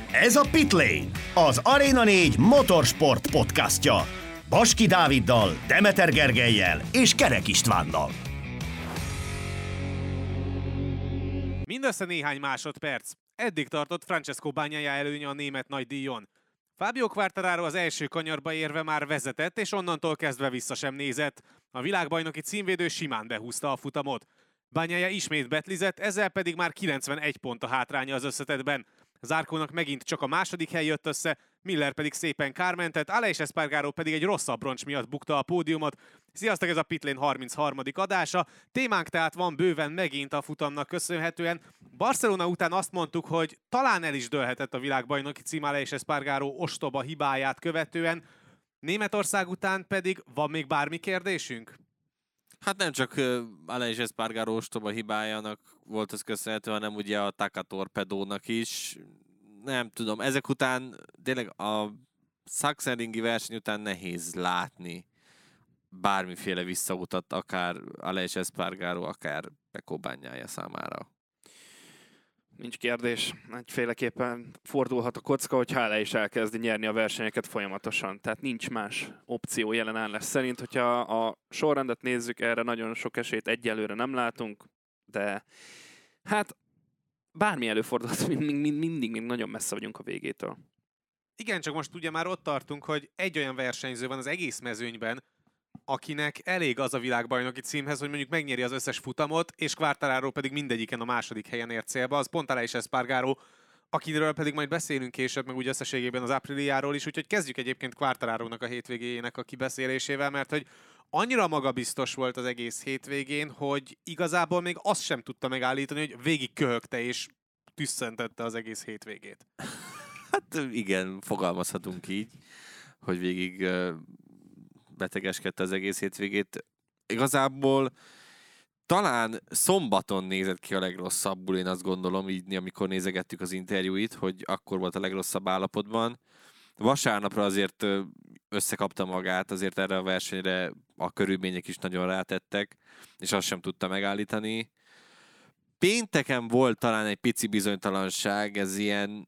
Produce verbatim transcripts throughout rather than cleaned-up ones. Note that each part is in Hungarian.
Ez a Pitlane, az Arena négy motorsport podcastja. Baski Dáviddal, Demeter Gergellyel és Kerek Istvánnal. Mindössze néhány másodperc. Eddig tartott Francesco Bagnaia előnye a német nagydíjon. Fabio Quartararo az első kanyarba érve már vezetett, és onnantól kezdve vissza sem nézett. A világbajnoki címvédő simán behúzta a futamot. Bagnaia ismét betlizett, ezzel pedig már kilencvenegy pont a hátránya az összetettben. Zarcónak megint csak a második hely jött össze, Miller pedig szépen kármentett, Aleix Espargaró pedig egy rosszabb roncs miatt bukta a pódiumot. Sziasztok, ez a Pitlane harmincharmadik adása. Témánk tehát van bőven megint a futamnak köszönhetően. Barcelona után azt mondtuk, hogy talán el is dőlhetett a világbajnoki cím Aleix Espargaró ostoba hibáját követően. Németország után pedig van még bármi kérdésünk? Hát nem csak uh, Aleix Espargaró ostoba hibájának volt ez köszönhető, hanem ugye a Taka torpedónak is. Nem tudom, ezek után tényleg a Sachsenringi verseny után nehéz látni bármiféle visszautat, akár Aleix Espargaró, akár Pecco Bagnaia számára. Nincs kérdés. Egyféleképpen fordulhat a kocka, hogy Hála is elkezdi nyerni a versenyeket folyamatosan. Tehát nincs más opció jelen állás szerint. Hogyha a sorrendet nézzük, erre nagyon sok esélyt egyelőre nem látunk, de hát bármi előfordulhat, mindig, mindig még nagyon messze vagyunk a végétől. Igen, csak most ugye már ott tartunk, hogy egy olyan versenyző van az egész mezőnyben, akinek elég az a világbajnoki címhez, hogy mondjuk megnyeri az összes futamot, és Quartararo pedig mindegyiken a második helyen ért célba, az pont Aleix Espargaró, akiről pedig majd beszélünk később, meg úgy összességében az Apriliáról is, úgyhogy kezdjük egyébként Quartararónak a hétvégéjének a kibeszélésével, mert hogy annyira magabiztos volt az egész hétvégén, hogy igazából még azt sem tudta megállítani, hogy végig köhögte és tüsszentette az egész hétvégét. Hát igen, fogalmazhatunk így, hogy végig betegeskedte az egész hétvégét. Igazából talán szombaton nézett ki a legrosszabbul, én azt gondolom, így amikor nézegettük az interjúit, hogy akkor volt a legrosszabb állapotban. Vasárnapra azért összekapta magát, azért erre a versenyre a körülmények is nagyon rátettek, és azt sem tudta megállítani. Pénteken volt talán egy pici bizonytalanság, ez ilyen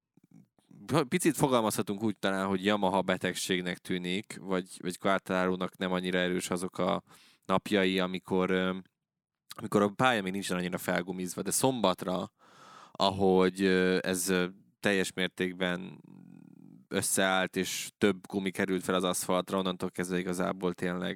picit fogalmazhatunk úgy talán, hogy Yamaha betegségnek tűnik, vagy, vagy Quartararónak nem annyira erős azok a napjai, amikor, amikor a pálya még nincsen annyira felgumizva, de szombatra, ahogy ez teljes mértékben összeállt, és több gumi került fel az aszfaltra, onnantól kezdve igazából tényleg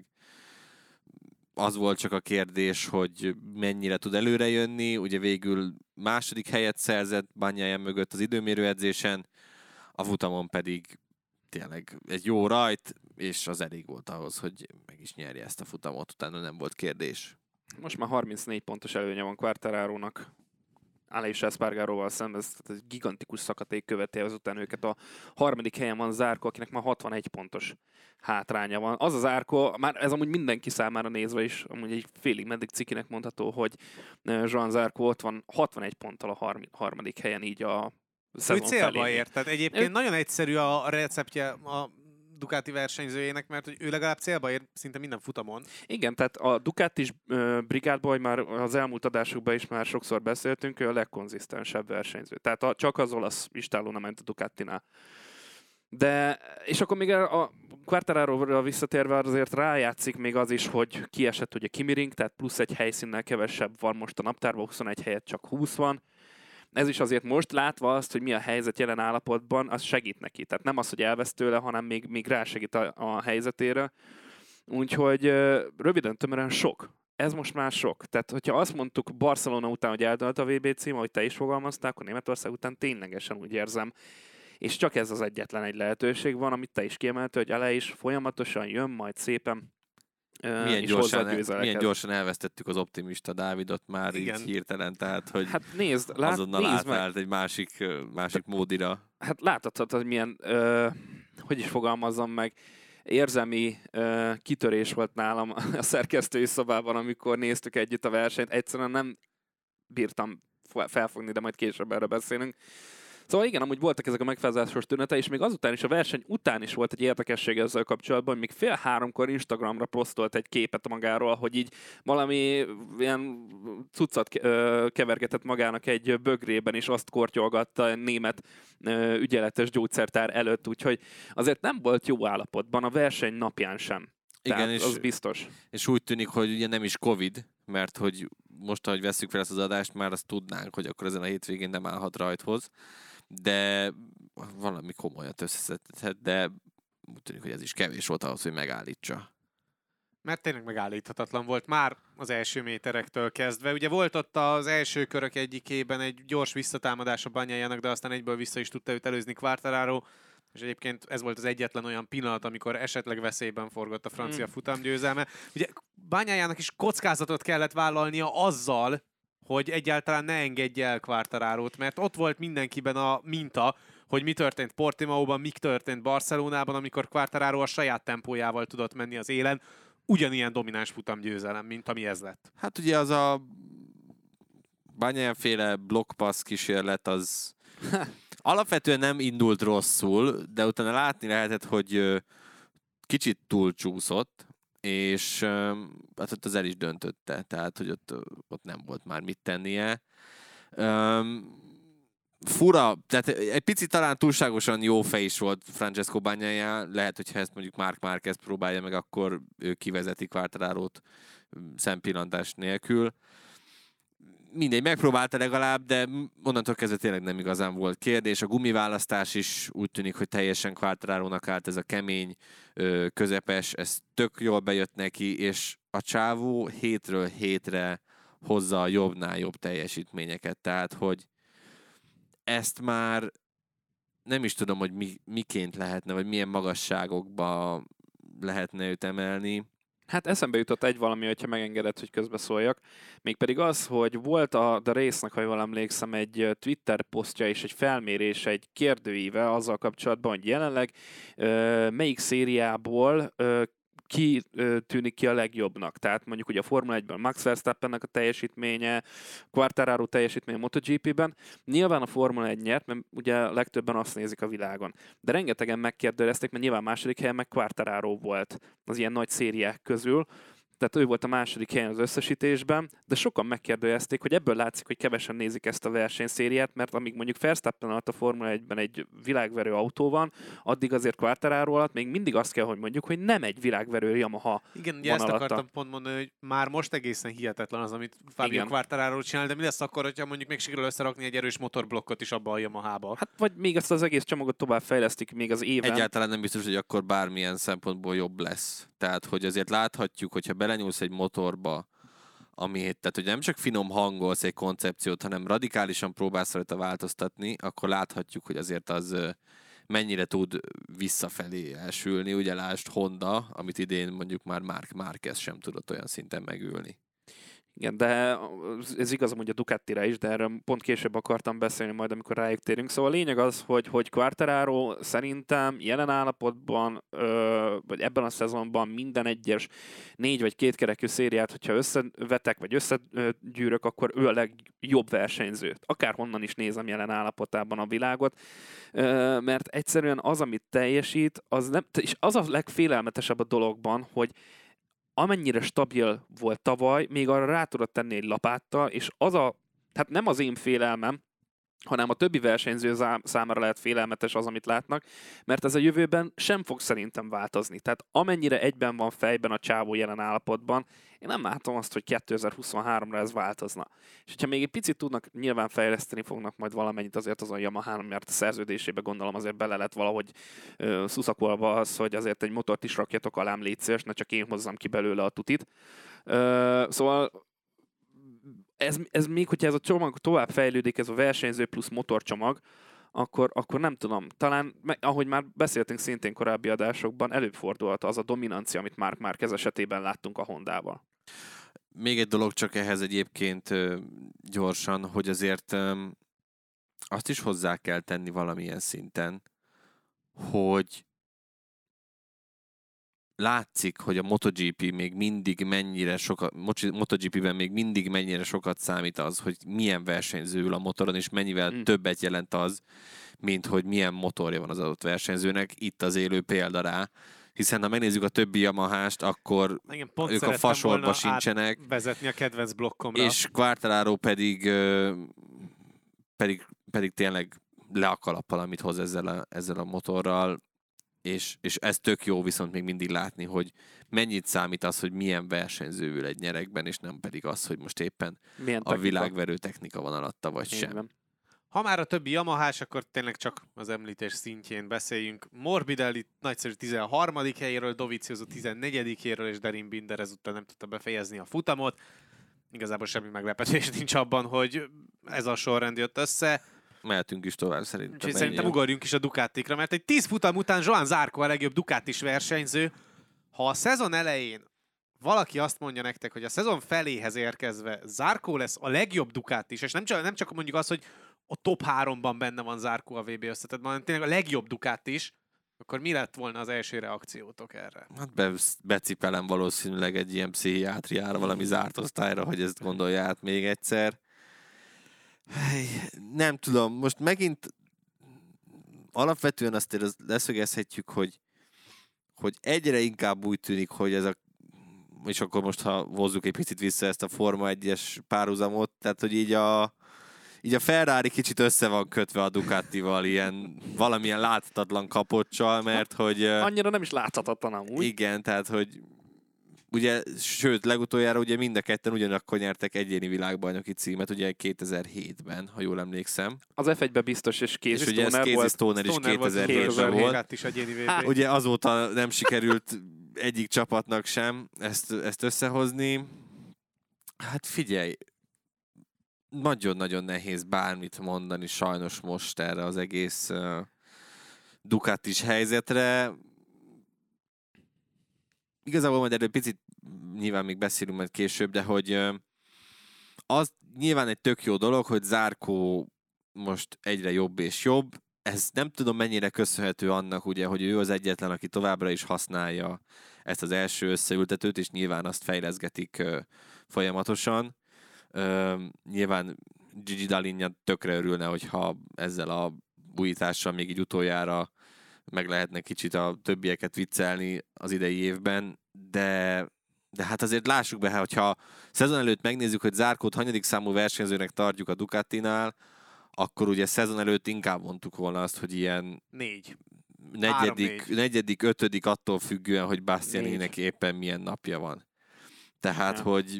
az volt csak a kérdés, hogy mennyire tud előrejönni. Ugye végül második helyet szerzett Bagnaia mögött az időmérőedzésen, a futamon pedig tényleg egy jó rajt, és az elég volt ahhoz, hogy meg is nyerje ezt a futamot, utána nem volt kérdés. Most már harmincnégy pontos előnye van Quartararónak Aleix Espargaróval szemben, ez egy gigantikus szakadék követi azután őket. A harmadik helyen van Zarco, akinek már hatvanegy pontos hátránya van. Az az Zarco, már ez amúgy mindenki számára nézve is, amúgy egy félig meddig cikinek mondható, hogy Joan Zarco ott van hatvanegy ponttal a harmadik helyen így a Úgy célba ért, tehát egyébként ő... nagyon egyszerű a receptje a Ducati versenyzőjének, mert hogy ő legalább célba ér szinte minden futamon. Igen, tehát a Ducatis uh, brigádból már az elmúlt adásokban is már sokszor beszéltünk, ő a legkonzisztensebb versenyző. Tehát a, csak az olasz istáló nem ment a Ducatinál. De, és akkor még a, a Quartararóra visszatérve azért rájátszik még az is, hogy kiesett ugye Kimi Ring, tehát plusz egy helyszínnel kevesebb van most a naptárban, huszonegy helyett csak húsz van. Ez is azért most látva azt, hogy mi a helyzet jelen állapotban, az segít neki. Tehát nem az, hogy elvesz tőle, hanem még, még rásegít a, a helyzetére. Úgyhogy röviden tömören sok. Ez most már sok. Tehát, hogyha azt mondtuk Barcelona után, hogy eldölt a vé bé cím, ahogy te is fogalmaztál, akkor Németország után ténylegesen úgy érzem. És csak ez az egyetlen egy lehetőség van, amit te is kiemelte, hogy ele is folyamatosan jön, majd szépen milyen gyorsan, milyen gyorsan elvesztettük az optimista Dávidot már. Igen. Így hirtelen, tehát hogy hát nézd, lát, azonnal nézd átvált meg. egy másik, másik módira. Hát láthatod, hogy milyen, ö, hogy is fogalmazzam meg, érzelmi ö, kitörés volt nálam a szerkesztői szobában, amikor néztük együtt a versenyt. Egyszerűen nem bírtam felfogni, de majd később erről beszélünk. Szóval igen, amúgy voltak ezek a megfázásos tünete, és még azután is, a verseny után is volt egy érdekesség ezzel kapcsolatban, hogy még fél háromkor Instagramra posztolt egy képet magáról, hogy így valami ilyen cuccat kevergetett magának egy bögrében, és azt kortyolgatta a német ügyeletes gyógyszertár előtt, úgyhogy azért nem volt jó állapotban a verseny napján sem. Igen, Tehát és, az biztos. És úgy tűnik, hogy ugye nem is Covid, mert hogy most, ahogy vesszük fel ezt az adást, már azt tudnánk, hogy akkor ezen a hétvégén nem állhat rajthoz, de valami komolyat összeszedhet, de úgy tűnik, hogy ez is kevés volt ahhoz, hogy megállítsa. Mert tényleg megállíthatatlan volt már az első méterektől kezdve. Ugye volt ott az első körök egyikében egy gyors visszatámadás a Bagnajának, de aztán egyből vissza is tudta őt előzni Quartararo, és egyébként ez volt az egyetlen olyan pillanat, amikor esetleg veszélyben forgott a francia mm. futamgyőzelme. Ugye Bagnajának is kockázatot kellett vállalnia azzal, hogy egyáltalán ne engedje el Quartararót, mert ott volt mindenkiben a minta, hogy mi történt Portimaóban, mi történt Barcelonában, amikor Quartararo a saját tempójával tudott menni az élen. Ugyanilyen domináns futamgyőzelem, mint ami ez lett. Hát ugye az a Bagnaia-féle blokkpassz kísérlet az alapvetően nem indult rosszul, de utána látni lehetett, hogy kicsit túlcsúszott, és hát ott az el is döntötte, tehát hogy ott, ott nem volt már mit tennie. Fura, tehát egy picit talán túlságosan jó fej is volt Francesco Bagnaia, lehet, hogyha ezt mondjuk Marc Márquez próbálja meg, akkor ő kivezeti Quartararót szempillantás nélkül. Mindegy, megpróbálta legalább, de onnantól kezdve tényleg nem igazán volt kérdés. A gumiválasztás is úgy tűnik, hogy teljesen Quartararónak állt, ez a kemény, közepes, ez tök jól bejött neki, és a csávó hétről hétre hozza a jobbnál jobb teljesítményeket, tehát hogy ezt már nem is tudom, hogy mi, miként lehetne, vagy milyen magasságokba lehetne őt emelni. Hát eszembe jutott egy valami, hogyha megengedett, hogy közbeszóljak. Mégpedig az, hogy volt a The Race-nak, ha jól emlékszem, egy Twitter posztja és egy felmérés, egy kérdőíve azzal kapcsolatban, hogy jelenleg ö, melyik szériából ö, ki ö, tűnik ki a legjobbnak. Tehát mondjuk ugye a Formula egyben Max Verstappennek a teljesítménye, Quartararo teljesítménye a MotoGP-ben. Nyilván a Formula egy nyert, mert ugye legtöbben azt nézik a világon. De rengetegen megkérdőjelezték, mert nyilván második helyen meg Quartararo volt az ilyen nagy szériák közül. Tehát ő volt a második helyen az összesítésben, de sokan megkérdőjelezték, hogy ebből látszik, hogy kevesen nézik ezt a versenyszériát, mert amíg mondjuk Verstappen alatt a Formula egyben egy világverő autó van, addig azért Quartararo alatt még mindig azt kell, hogy mondjuk, hogy nem egy világverő Yamaha. Igen, ugye ezt alatta. Akartam pont mondani, hogy már most egészen hihetetlen az, amit Fabio Quartararo csinál, de mi lesz akkor, hogyha mondjuk még sikerül összerakni egy erős motorblokkot is abba a Yamahába? Hát vagy még ezt az egész csomagot tovább fejlesztik még az éven. Egyáltalán nem biztos, hogy akkor bármilyen szempontból jobb lesz. Tehát, hogy azért láthatjuk, hogyha belenyúlsz egy motorba, ami, tehát, hogy nem csak finom hangolsz egy koncepciót, hanem radikálisan próbálsz rajta változtatni, akkor láthatjuk, hogy azért az mennyire tud visszafelé elsülni. Ugye lásd Honda, amit idén mondjuk már Marc Márquez sem tudott olyan szinten megülni. Igen, de ez igaz amúgy a Ducatire is, de erről pont később akartam beszélni majd, amikor rájuk térünk. Szóval a lényeg az, hogy, hogy Quartararo szerintem jelen állapotban, ö, vagy ebben a szezonban minden egyes négy vagy kétkerekű szériát, hogyha összevetek, vagy összegyűrök, akkor ő a legjobb versenyző. Akárhonnan is nézem jelen állapotában a világot, ö, mert egyszerűen az, amit teljesít, az nem, és az a legfélelmetesebb a dologban, hogy amennyire stabil volt tavaly, még arra rá tudott tenni egy lapáttal, és az a, hát nem az én félelmem, hanem a többi versenyző számára lehet félelmetes az, amit látnak, mert ez a jövőben sem fog szerintem változni. Tehát amennyire egyben van fejben a csávó jelen állapotban, én nem látom azt, hogy kétezer-huszonháromra ez változna. És hogyha még egy picit tudnak, nyilván fejleszteni fognak majd valamennyit azért azon Yamahán, mert a szerződésébe gondolom azért bele lett valahogy ö, szuszakolva az, hogy azért egy motort is rakjatok alám, légy szíves, ne csak én hozzam ki belőle a tutit. Ö, szóval Ez, ez még, hogyha ez a csomag tovább fejlődik, ez a versenyző plusz motorcsomag, akkor, akkor nem tudom, talán, ahogy már beszéltünk szintén korábbi adásokban, előfordulhat az a dominancia, amit Marc Márquez esetében láttunk a Hondával. Még egy dolog csak ehhez egyébként gyorsan, hogy azért azt is hozzá kell tenni valamilyen szinten, hogy látszik, hogy a MotoGP még mindig mennyire sokat, MotoGP-ben még mindig mennyire sokat számít az, hogy milyen versenyző ül a motoron, és mennyivel mm. többet jelent az, mint hogy milyen motorja van az adott versenyzőnek. Itt az élő példa rá. Hiszen ha megnézzük a többi Yamahást, akkor igen, pont ők a fasorba sincsenek. Vezetni a kedvenc blokkomra. És Quartararo pedig, pedig, pedig tényleg le a kalappal, amit hoz ezzel a, ezzel a motorral. És, és ez tök jó viszont még mindig látni, hogy mennyit számít az, hogy milyen versenyző ül egy nyeregben, és nem pedig az, hogy most éppen milyen a technika? Világverő technika van alatta, vagy Én sem. Nem. Ha már a többi Yamahás, akkor tényleg csak az említés szintjén beszéljünk. Morbidelli nagyszerű tizenharmadik helyéről, Dovizioso tizennegyedikéről, és Derin Binder ezúttal nem tudta befejezni a futamot. Igazából semmi meglepetés nincs abban, hogy ez a sorrend jött össze. Mehetünk is tovább szerintem. Úgyhogy szerintem ugorjunk is a Ducatikra, mert egy tíz futam után Joan Zarco a legjobb Ducatis versenyző. Ha a szezon elején valaki azt mondja nektek, hogy a szezon feléhez érkezve Zarco lesz a legjobb Ducatis, és nem csak, nem csak mondjuk az, hogy a top háromban benne van Zarco a vé bé összetetben, hanem tényleg a legjobb Ducatis, akkor mi lett volna az első reakciótok erre? Hát be, becipelem valószínűleg egy ilyen pszichiátriára, valami zárt osztályra, hogy ezt gondolja át még egyszer. Nem tudom, most megint alapvetően azt leszögezhetjük, hogy, hogy egyre inkább úgy tűnik, hogy ez a, és akkor most ha hozzuk egy picit vissza ezt a Forma egyes párhuzamot, tehát hogy így a, így a Ferrari kicsit össze van kötve a Ducatival, ilyen valamilyen láthatatlan kapocsal, mert hogy... Annyira nem is láthatatlan amúgy. Igen, tehát hogy ugye, sőt, legutoljára ugye mind a ketten ugyanakkor nyertek egyéni világbajnoki címet, ugye kétezer-hétben, ha jól emlékszem. Az ef egyben biztos, és Casey és ugye Stoner volt. Stoner is kétezer-hétben volt. Is egyéni Há, ugye azóta nem sikerült egyik csapatnak sem ezt, ezt összehozni. Hát figyelj, nagyon-nagyon nehéz bármit mondani sajnos most erre az egész uh, Ducatis helyzetre. Igazából majd erről picit nyilván még beszélünk majd később, de hogy az nyilván egy tök jó dolog, hogy Zarco most egyre jobb és jobb. Ez nem tudom mennyire köszönhető annak, ugye, hogy ő az egyetlen, aki továbbra is használja ezt az első összeültetőt, és nyilván azt fejleszgetik folyamatosan. Nyilván Gigi Dall'Igna tökre örülne, hogyha ezzel a újítással még így utoljára meg lehetne kicsit a többieket viccelni az idei évben, de, de hát azért lássuk be, hogyha szezon előtt megnézzük, hogy Zarcót hanyadik számú versenyzőnek tartjuk a Ducatinál, akkor ugye szezon előtt inkább mondtuk volna azt, hogy ilyen négy. Negyedik, Három, negyedik, ötödik attól függően, hogy Bastianinek éppen milyen napja van. Tehát, ja. hogy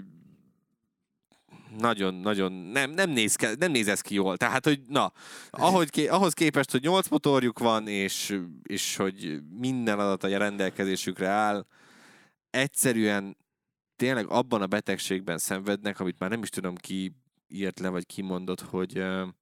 nagyon-nagyon nem, nem, néz, nem néz ez ki jól. Tehát, hogy na, ahogy, ahhoz képest, hogy nyolc motorjuk van, és, és hogy minden adat a rendelkezésükre áll, egyszerűen tényleg abban a betegségben szenvednek, amit már nem is tudom ki írt le, vagy ki mondott, hogy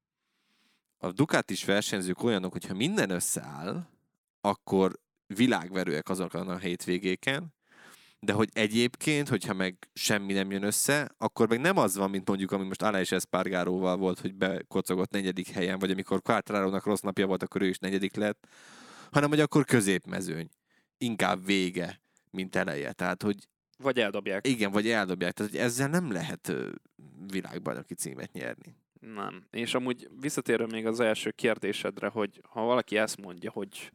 a Ducatis versenyzők olyanok, hogyha minden összeáll, akkor világverőek azokon a hétvégéken, de hogy egyébként, hogyha meg semmi nem jön össze, akkor meg nem az van, mint mondjuk, ami most Aleix Espargaróval volt, hogy bekocogott negyedik helyen, vagy amikor Quartararónak rossz napja volt, akkor ő is negyedik lett, hanem hogy akkor középmezőny. Inkább vége, mint eleje. Tehát, hogy vagy eldobják. Igen, vagy eldobják. Tehát, hogy ezzel nem lehet világbajnoki címet nyerni. Nem. És amúgy visszatérve még az első kérdésedre, hogy ha valaki ezt mondja, hogy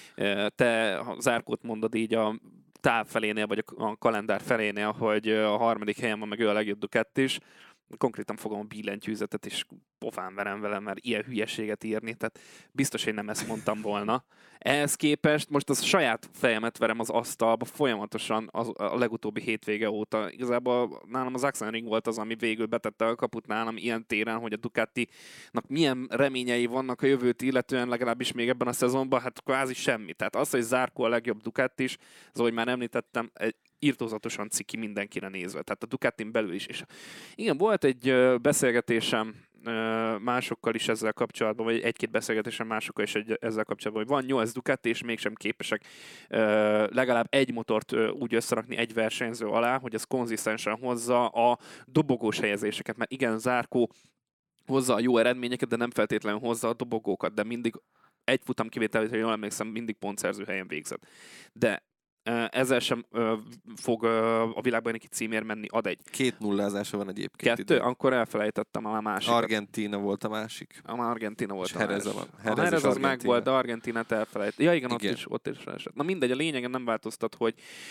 te Zarcót mondod így a táv felénél, vagy a kalendár felénél, hogy a harmadik helyen van, meg ő a legjobb Ducatis, konkrétan fogom a billentyűzetet, és pofán verem vele, mert ilyen hülyeséget írni, tehát biztos, hogy nem ezt mondtam volna. Ehhez képest most az saját fejemet verem az asztalba folyamatosan az, a legutóbbi hétvége óta. Igazából nálam az Sachsenring volt az, ami végül betette a kaput nálam ilyen téren, hogy a Ducatinak milyen reményei vannak a jövőt illetően, legalábbis még ebben a szezonban, hát kvázi semmi. Tehát az, hogy Zarco a legjobb Ducatis, az, ahogy már említettem, egy irtózatosan ciki mindenkire nézve, tehát a Ducatin belül is. És igen, volt egy beszélgetésem másokkal is ezzel kapcsolatban, vagy egy-két beszélgetésem másokkal is ezzel kapcsolatban, hogy van nyolc Ducati, és mégsem képesek legalább egy motort úgy összerakni egy versenyző alá, hogy ez konzisztensen hozza a dobogós helyezéseket, mert igen, Zarco hozza a jó eredményeket, de nem feltétlenül hozza a dobogókat, de mindig egy futam kivétel, hogy jól emlékszem, mindig pontszerző helyen végzett. De ezzel sem ö, fog ö, a világbajnoki címért menni, ad egy. Két nullázása van egyébként. Kettő? Idő. Akkor elfelejtettem a másikat. Argentína volt a másik. A Argentína volt És a Jerez másik. van. A Jerez Jerez és az meg Argentína. volt, de Argentinát elfelejtettem. Ja igen, Igen. ott is, ott is esett. Na mindegy, a lényegen nem változtat, hogy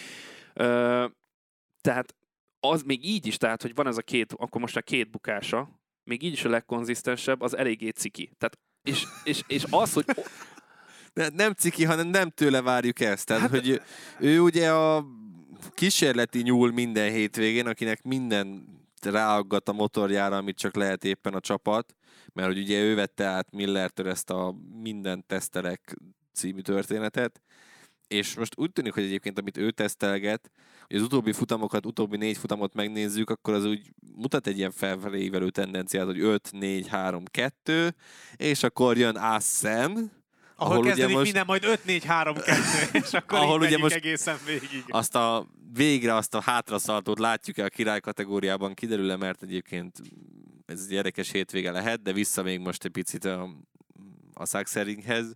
ö, tehát az még így is, tehát hogy van ez a két, akkor most a két bukása, még így is a legkonzisztensebb, az eléggé ciki. Tehát, és, és, és az, hogy... Ne, nem ciki, hanem nem tőle várjuk ezt. Tehát, hát... hogy ő, ő ugye a kísérleti nyúl minden hétvégén, akinek minden ráaggat a motorjára, amit csak lehet éppen a csapat, mert hogy ugye ő vette át Millertől ezt a minden tesztelek című történetet, és most úgy tűnik, hogy egyébként amit ő tesztelget, hogy az utóbbi futamokat, utóbbi négy futamot megnézzük, akkor az úgy mutat egy ilyen felfelé ívelő tendenciát, hogy öt, négy, három, kettő, és akkor jön Assen, ahol, ahol kezdődik most... minden, majd öt, négy, három, kettő, és akkor ahol így ugye most egészen végig. Azt a végre azt a hátraszaltót látjuk-e a király kategóriában, kiderül-e, mert egyébként ez egy érdekes hétvége lehet, de vissza még most egy picit a, a Sachsenringhez.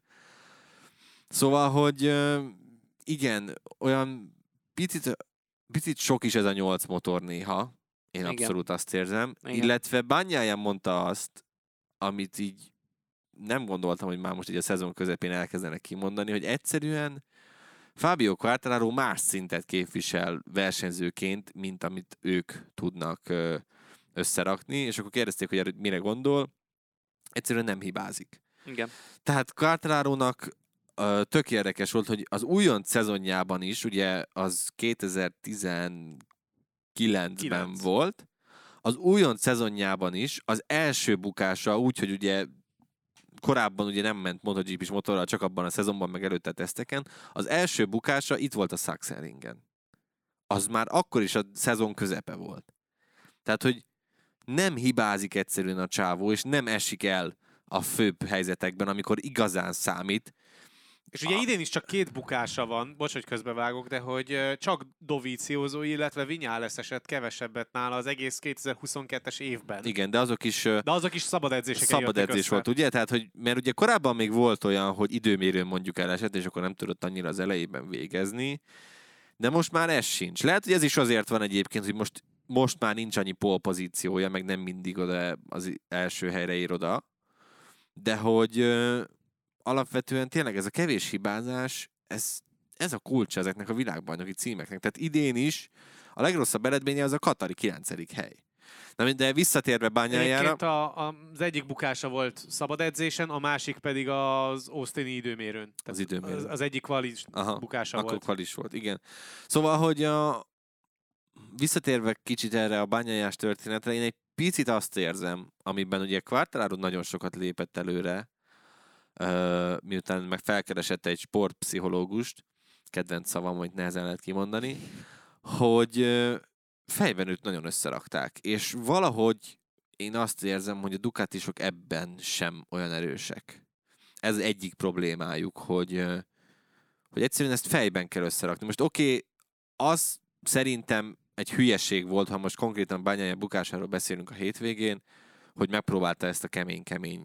Szóval, hogy igen, olyan picit, picit sok is ez a nyolc motor néha, én igen. abszolút azt érzem, igen. Illetve Bagnaia mondta azt, amit így nem gondoltam, hogy már most így a szezon közepén elkezdenek kimondani, hogy egyszerűen Fabio Quartararo más szintet képvisel versenyzőként, mint amit ők tudnak összerakni, és akkor kérdezték, hogy erre mire gondol, egyszerűen nem hibázik. Igen. Tehát Quartararónak tök érdekes volt, hogy az újonc szezonjában is, ugye az kétezer-tizenkilencben Kilenc. volt, az újonc szezonjában is az első bukása úgy, hogy ugye korábban ugye nem ment MotoGP-s motorral, csak abban a szezonban, meg előtte a teszteken, az első bukása itt volt a Sachsenringen. Az már akkor is a szezon közepe volt. Tehát, hogy nem hibázik egyszerűen a csávó, és nem esik el a főbb helyzetekben, amikor igazán számít. És ugye idén is csak két bukása van, bocs, hogy közbevágok, de hogy csak Dovizioso, illetve Viñales esett kevesebbet nála az egész kétezer-huszonkettes évben. Igen, de azok is... De azok is szabad edzéseken Szabad edzés össze. volt, ugye? Tehát, hogy, mert ugye korábban még volt olyan, hogy időmérőn mondjuk elesett, és akkor nem tudott annyira az elejében végezni, de most már ez sincs. Lehet, hogy ez is azért van egyébként, hogy most, most már nincs annyi polpozíciója, meg nem mindig oda az első helyre ér oda, de hogy... alapvetően tényleg ez a kevés hibázás, ez, ez a kulcs ezeknek a világbajnoki címeknek. Tehát idén is a legrosszabb eredménye az a katari kilencedik hely. Na, de visszatérve Bagnaia-ra... Egyébként a, a, az egyik bukása volt szabad edzésen, a másik pedig az Austini időmérőn. Az időmérőn. Az, az egyik kvalis Aha, bukása akkor volt. kvalis volt, igen. Szóval, hogy a... visszatérve kicsit erre a Bagnaiás történetre, én egy picit azt érzem, amiben ugye Quartararo nagyon sokat lépett előre, Uh, miután meg felkeresette egy sportpszichológust, kedvenc szavam, hogy nehezen lehet kimondani, hogy uh, fejben őt nagyon összerakták, és valahogy én azt érzem, hogy a Ducatisok ebben sem olyan erősek. Ez egyik problémájuk, hogy, uh, hogy egyszerűen ezt fejben kell összerakni. Most oké, okay, az szerintem egy hülyeség volt, ha most konkrétan Bagnaia bukásáról beszélünk a hétvégén, hogy megpróbálta ezt a kemény-kemény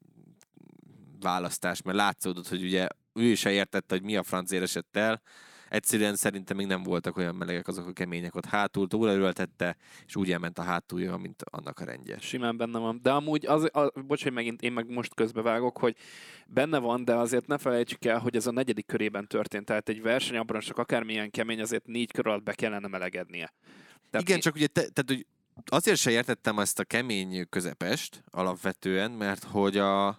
választás, mert látszódott, hogy ugye ő is értette, hogy mi a francért esett el. Egyszerűen szerintem még nem voltak olyan melegek azok a kemények ott hátul, túlörültette, és úgy elment a hátulja, mint annak a rendje. Simán benne van. De amúgy, az, az, bocs, hogy megint én meg most közbevágok, hogy benne van, de azért ne felejtsük el, hogy ez a negyedik körében történt. Tehát egy verseny abban csak akármilyen kemény, azért négy kör alatt be kellene melegednie. Tehát igen, én... csak ugye te, tehát, hogy azért se értettem ezt a kemény közepest alapvetően, mert hogy a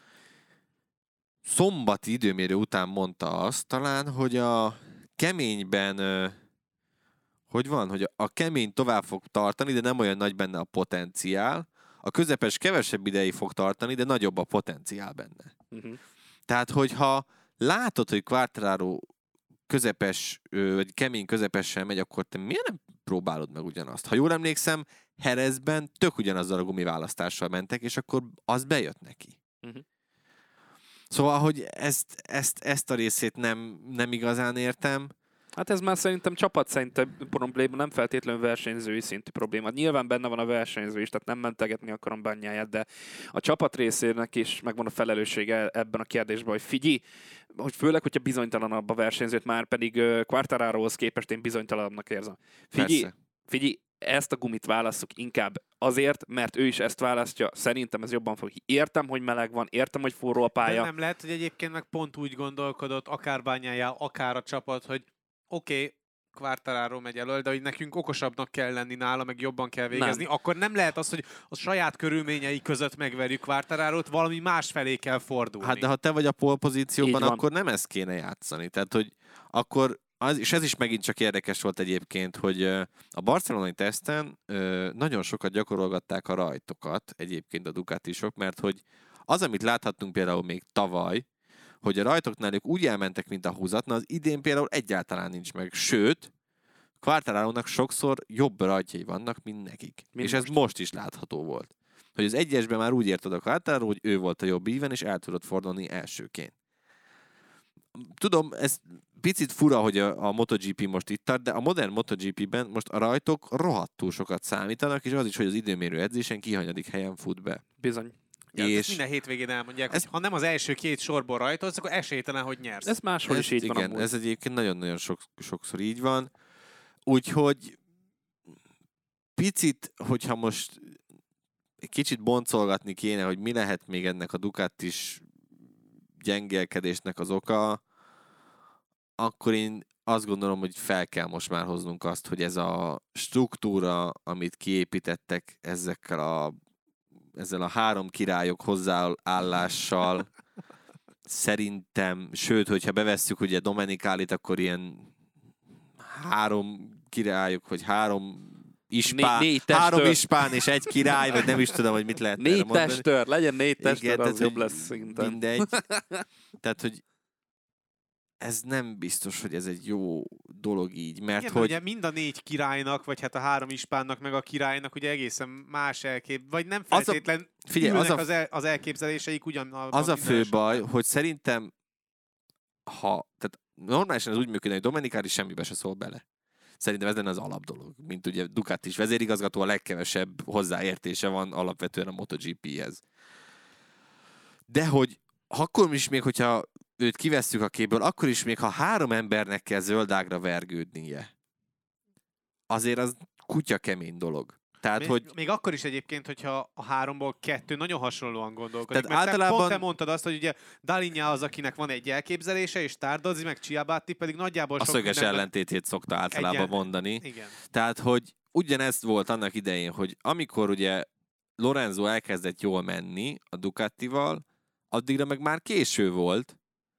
szombati időmérő után mondta azt talán, hogy a keményben, hogy van, hogy a kemény tovább fog tartani, de nem olyan nagy benne a potenciál. A közepes kevesebb ideig fog tartani, de nagyobb a potenciál benne. Uh-huh. Tehát, hogyha látod, hogy Quartararo közepes, vagy kemény közepesen megy, akkor te miért nem próbálod meg ugyanazt? Ha jól emlékszem, Jerezben tök ugyanazzal a gumiválasztással mentek, és akkor az bejött neki. Uh-huh. Szóval, hogy ezt, ezt, ezt a részét nem, nem igazán értem. Hát ez már szerintem csapat szerintem probléma, nem feltétlenül versenyzői szintű probléma. Nyilván benne van a versenyző is, tehát nem mentegetni akarom Bagnáját, de a csapat részének is megvan a felelőssége ebben a kérdésben, hogy figyelj, hogy főleg, hogyha bizonytalanabb a versenyzőt, már pedig Quartararohoz képest én bizonytalanabbnak érzem. Figyelj, figyelj, ezt a gumit válasszuk inkább azért, mert ő is ezt választja. Szerintem ez jobban fog. Értem, hogy meleg van, értem, hogy forró a pálya. De nem lehet, hogy egyébként meg pont úgy gondolkodott, akár Bagnaia, akár a csapat, hogy oké, okay, Quartararo megy elől, de hogy nekünk okosabbnak kell lenni nála, meg jobban kell végezni, nem. Akkor nem lehet az, hogy a saját körülményei között megverjük Quartararót, valami más felé kell fordulni. Hát de ha te vagy a pole pozícióban, akkor nem ezt kéne játszani. Tehát, hogy akkor, az, és ez is megint csak érdekes volt egyébként, hogy a barcelonai teszten nagyon sokat gyakorolgatták a rajtokat egyébként a Ducatisok, mert hogy az, amit láthattunk például még tavaly, hogy a rajtoknál ők úgy elmentek, mint a húzatna, az idén például egyáltalán nincs meg. Sőt, Quartararónak sokszor jobb rajtjai vannak, mint nekik. Mind és most. Ez most is látható volt. Hogy az egyesben már úgy érted a Quartararo, hogy ő volt a jobb íven, és el tudott fordulni elsőként. Tudom, ez picit fura, hogy a, a MotoGP most itt tart, de a modern MotoGP-ben most a rajtok rohadtul sokat számítanak, és az is, hogy az időmérő edzésen kihanyadik helyen fut be. Bizony. Ja, és minden hétvégén elmondják, ez, hogy ha nem az első két sorból rajtolsz, akkor esélytelen, hogy nyersz. Ez máshol is így igen, van amúgy. Ez egyébként nagyon-nagyon sok, sokszor így van. Úgyhogy picit, hogyha most egy kicsit boncolgatni kéne, hogy mi lehet még ennek a Ducatis gyengelkedésnek az oka, akkor én azt gondolom, hogy fel kell most már hoznunk azt, hogy ez a struktúra, amit kiépítettek ezekkel a ezzel a három királyok hozzáállással szerintem, sőt, hogyha bevesszük ugye Domenikálit, akkor ilyen három királyok, vagy három ispán, Né- három ispán és egy király, vagy nem is tudom, hogy mit lehet négy testőr, legyen négy testőr, az jobb lesz szinten. Mindegy. Tehát, hogy ez nem biztos, hogy ez egy jó dolog így, mert igen, hogy... ugye mind a négy királynak, vagy hát a három ispánnak, meg a királynak ugye egészen más elkép, vagy nem feltétlen az a, figyelj, az, a, az, el, az elképzeléseik ugyanabban. Az a fő baj, hogy szerintem ha, tehát normálisan ez úgy működne, hogy Domenikári semmibe se szól bele. Szerintem ez lenne az alapdolog, mint ugye Ducatis vezérigazgató, a legkevesebb hozzáértése van alapvetően a MotoGP-hez. De hogy akkor is még, hogyha őt kivesszük a képből, akkor is még, ha három embernek kell zöldágra vergődnie, azért az kutya kemény dolog. Tehát, még, hogy... még akkor is egyébként, hogyha a háromból kettő nagyon hasonlóan gondolkodik. Tehát mert általában... te, pont te mondtad azt, hogy ugye Dalinja az, akinek van egy elképzelése, és Tardozzi meg Ciabatti pedig nagyjából a sok szöges mindenben... ellentétét szokta általában Egyen... mondani. Igen. Tehát, hogy ugyanezt volt annak idején, hogy amikor ugye Lorenzo elkezdett jól menni a Ducatival, addigra meg már késő volt,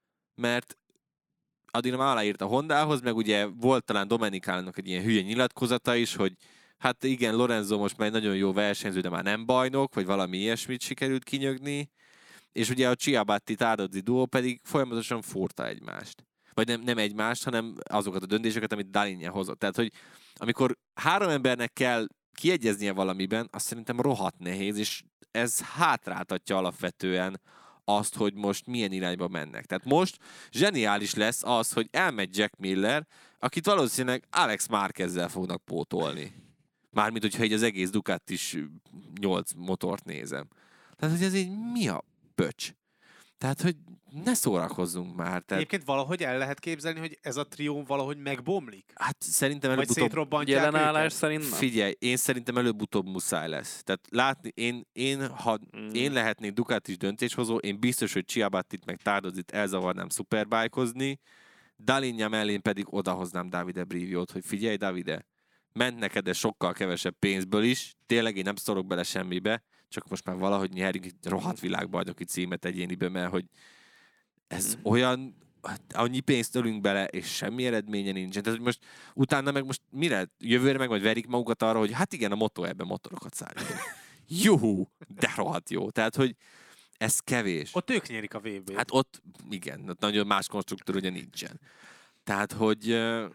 mert addigra már aláírt a Hondához, meg ugye volt talán Domenikának egy ilyen hülye nyilatkozata is, hogy hát igen, Lorenzo most már egy nagyon jó versenyző, de már nem bajnok, vagy valami ilyesmit sikerült kinyögni, és ugye a Ciabatti-Tardozzi duó pedig folyamatosan fúrta egymást. Vagy nem, nem egymást, hanem azokat a döntéseket, amit Dalinja hozott. Tehát, hogy amikor három embernek kell kiegyeznie valamiben, azt szerintem rohadt nehéz, és ez hátráltatja alapvetően azt, hogy most milyen irányba mennek. Tehát most zseniális lesz az, hogy elmegy Jack Miller, akit valószínűleg Alex Márquezzel fognak pótolni. Mármint, hogyha így az egész Ducatis nyolc motort nézem. Tehát, hogy ez így mi a pöcs? Tehát, hogy ne szórakozzunk már. Tehát... Egyébként valahogy el lehet képzelni, hogy ez a trió valahogy megbomlik? Hát szerintem Vagy előbb-utóbb... szétrobbantják jelenállás szerint nem. Figyelj, én szerintem előbb-utóbb muszáj lesz. Tehát látni, én, én ha mm. én lehetnék Ducatis döntéshozó, én biztos, hogy Ciabattit meg Tardozzit elzavarnám szuperbájkozni, Dalinja mellén pedig odahoznám Davide Briviót, hogy figyelj, Davide, ment neked ez sokkal kevesebb pénzből is, tényleg én nem szorok bele semmibe, csak most már valahogy nyerjünk egy rohadt világbajnoki címet egyénibe, mert hogy ez mm. olyan, annyi pénzt ölünk bele, és semmi eredménye nincsen. Tehát, hogy most utána meg most mire? Jövőre meg majd verik magukat arra, hogy hát igen, a Moto ebben motorokat szállítunk. Juhú, de rohadt jó. Tehát, hogy ez kevés. Ott ők nyerik a vé bét. Hát ott, igen, ott nagyon más konstruktúra ugye nincsen. Tehát, hogy uh,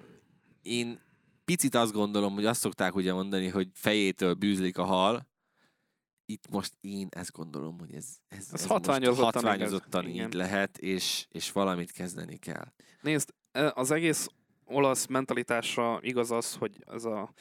én picit azt gondolom, hogy azt szokták ugye mondani, hogy fejétől bűzlik a hal. Itt most én ezt gondolom, hogy ez, ez, ez ez hatványozottan, hatványozottan így igen. lehet, és, és valamit kezdeni kell. Nézd, az egész olasz mentalitásra igaz az, hogy ez a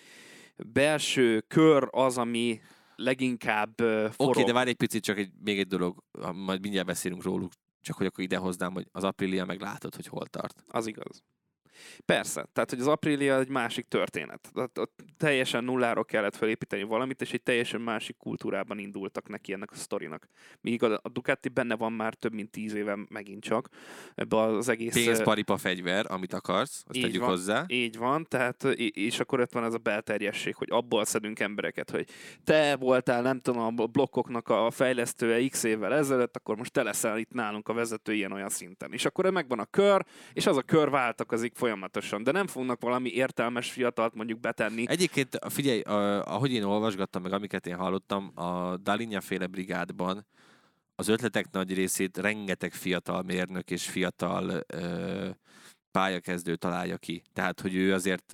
belső kör az, ami leginkább uh, forog. Oké, okay, de várj egy picit, csak egy, még egy dolog, majd mindjárt beszélünk róluk, csak hogy akkor idehoznám, hogy az Aprilia meg látod, hogy hol tart. Az igaz. Persze, tehát hogy az Aprilia egy másik történet. Ott, ott teljesen nulláról kellett felépíteni valamit, és egy teljesen másik kultúrában indultak neki ennek a sztorinak. Míg a, a Ducati benne van már több mint tíz éve megint csak. Ebbe az egész... Pénz, paripa, fegyver, amit akarsz, azt tegyük van, hozzá. Így van, tehát és akkor ott van ez a belterjesség, hogy abból szedünk embereket, hogy te voltál, nem tudom, a blokkoknak a fejlesztője x évvel ezelőtt, akkor most te leszel itt nálunk a vezető ilyen-olyan szinten. És akkor megvan a kör, és az a kör váltakozik folyamatosan, de nem fognak valami értelmes fiatalt mondjuk betenni. Egyébként figyelj, ahogy én olvasgattam, meg amiket én hallottam, a Dalinja féle brigádban az ötletek nagy részét rengeteg fiatal mérnök és fiatal ö, pályakezdő találja ki. Tehát, hogy ő azért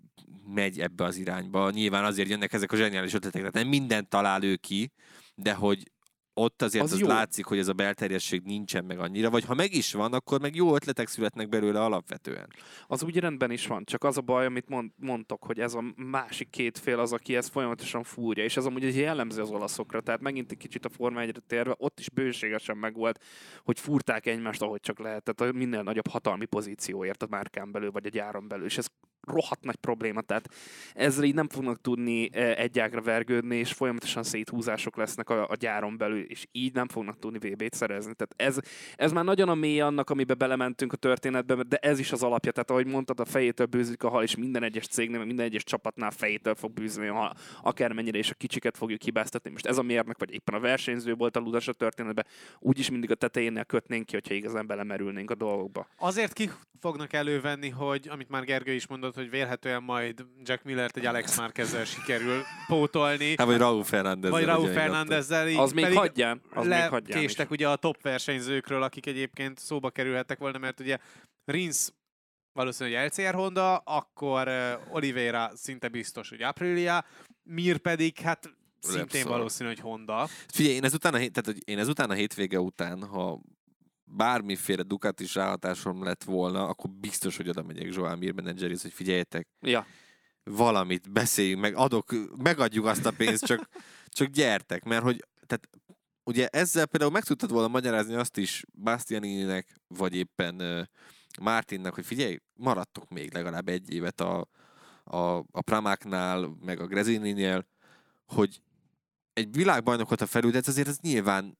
megy ebbe az irányba. Nyilván azért jönnek ezek a zseniális ötletek, tehát nem mindent talál ő ki, de hogy ott azért az, az látszik, hogy ez a belterjesség nincsen meg annyira, vagy ha meg is van, akkor meg jó ötletek születnek belőle alapvetően. Az úgy rendben is van, csak az a baj, amit mond, mondtok, hogy ez a másik két fél az, aki ezt folyamatosan fúrja, és ez amúgy egy jellemző az olaszokra, tehát megint egy kicsit a Forma egyre térve, ott is bőségesen megvolt, hogy fúrták egymást, ahogy csak lehetett, a minél nagyobb hatalmi pozícióért a márkán belül, vagy a gyáron belül, és ez rohadt nagy probléma, tehát ezzel így nem fognak tudni egy ágra vergődni, és folyamatosan széthúzások lesznek a, a gyáron belül, és így nem fognak tudni vé bét szerezni. Tehát ez, ez már nagyon a mély annak, amiben belementünk a történetbe, de ez is az alapja. Tehát ahogy mondtad, a fejétől bűzik a hal, és minden egyes cégnél, minden egyes csapatnál fejétől fog bűzni a hal, akármennyire, és a kicsiket fogjuk hibáztatni. Most ez a mérnök, vagy éppen a versenyző volt a ludas a történetben, úgyis mindig a tetejénél kötnénk ki, hogyha igazán belemerülnénk a dolgokba. Azért ki fognak elővenni, hogy, amit már Gergő is mondott, hogy vélhetően majd Jack Millert egy Alex Márquezzel sikerül pótolni. Hát vagy Raúl Fernándezzel. Vagy Raúl Fernándezzel. Az még hagyján. Az még hagyján késtek is. Ugye a top versenyzőkről, akik egyébként szóba kerülhettek volna, mert ugye Rins valószínűleg el cé er Honda, akkor uh, Oliveira szinte biztos, hogy Aprilia, Mir pedig hát szintén Repsol. valószínű, hogy Honda. Figyelj, én ezután a, hét, tehát, hogy én ezután a hétvége után, ha bármiféle Ducatis ráhatásom lett volna, akkor biztos, hogy oda megyek Joan Mir menedzserhez, hogy figyeljetek, ja. valamit beszéljünk, meg adok, megadjuk azt a pénzt, csak, csak gyertek, mert hogy tehát, ugye ezzel például meg tudtad volna magyarázni azt is Bastianininek, vagy éppen uh, Martinnak, hogy figyelj, maradtok még legalább egy évet a, a, a Pramáknál, meg a Gresininél, hogy egy világbajnokot, ha felültetsz, azért az nyilván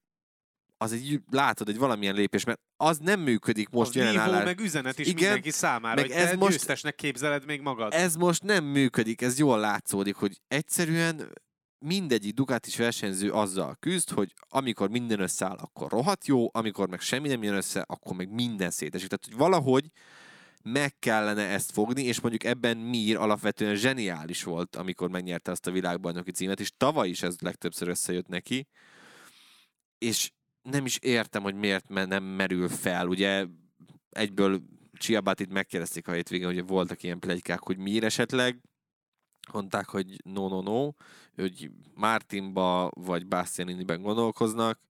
az egy, látod, egy valamilyen lépés, mert az nem működik most jelen nívó, állás. meg üzenet is igen, mindenki számára, hogy ez te most, győztesnek képzeled még magad. Ez most nem működik, ez jól látszódik, hogy egyszerűen mindegyik Ducatis versenyző azzal küzd, hogy amikor minden összeáll, akkor rohadt jó, amikor meg semmi nem jön össze, akkor meg minden szétesik. Tehát, hogy valahogy meg kellene ezt fogni, és mondjuk ebben Mir alapvetően zseniális volt, amikor megnyerte azt a világbajnoki címet, és tavaly is ez legtöbbször összejött neki, és nem is értem, hogy miért nem merül fel. Ugye egyből Ciabattit megkérdezték a hétvégén, hogy voltak ilyen pletykák, hogy Mir esetleg, mondták, hogy no, no, no, hogy Martinba vagy Bastianiniben gondolkoznak.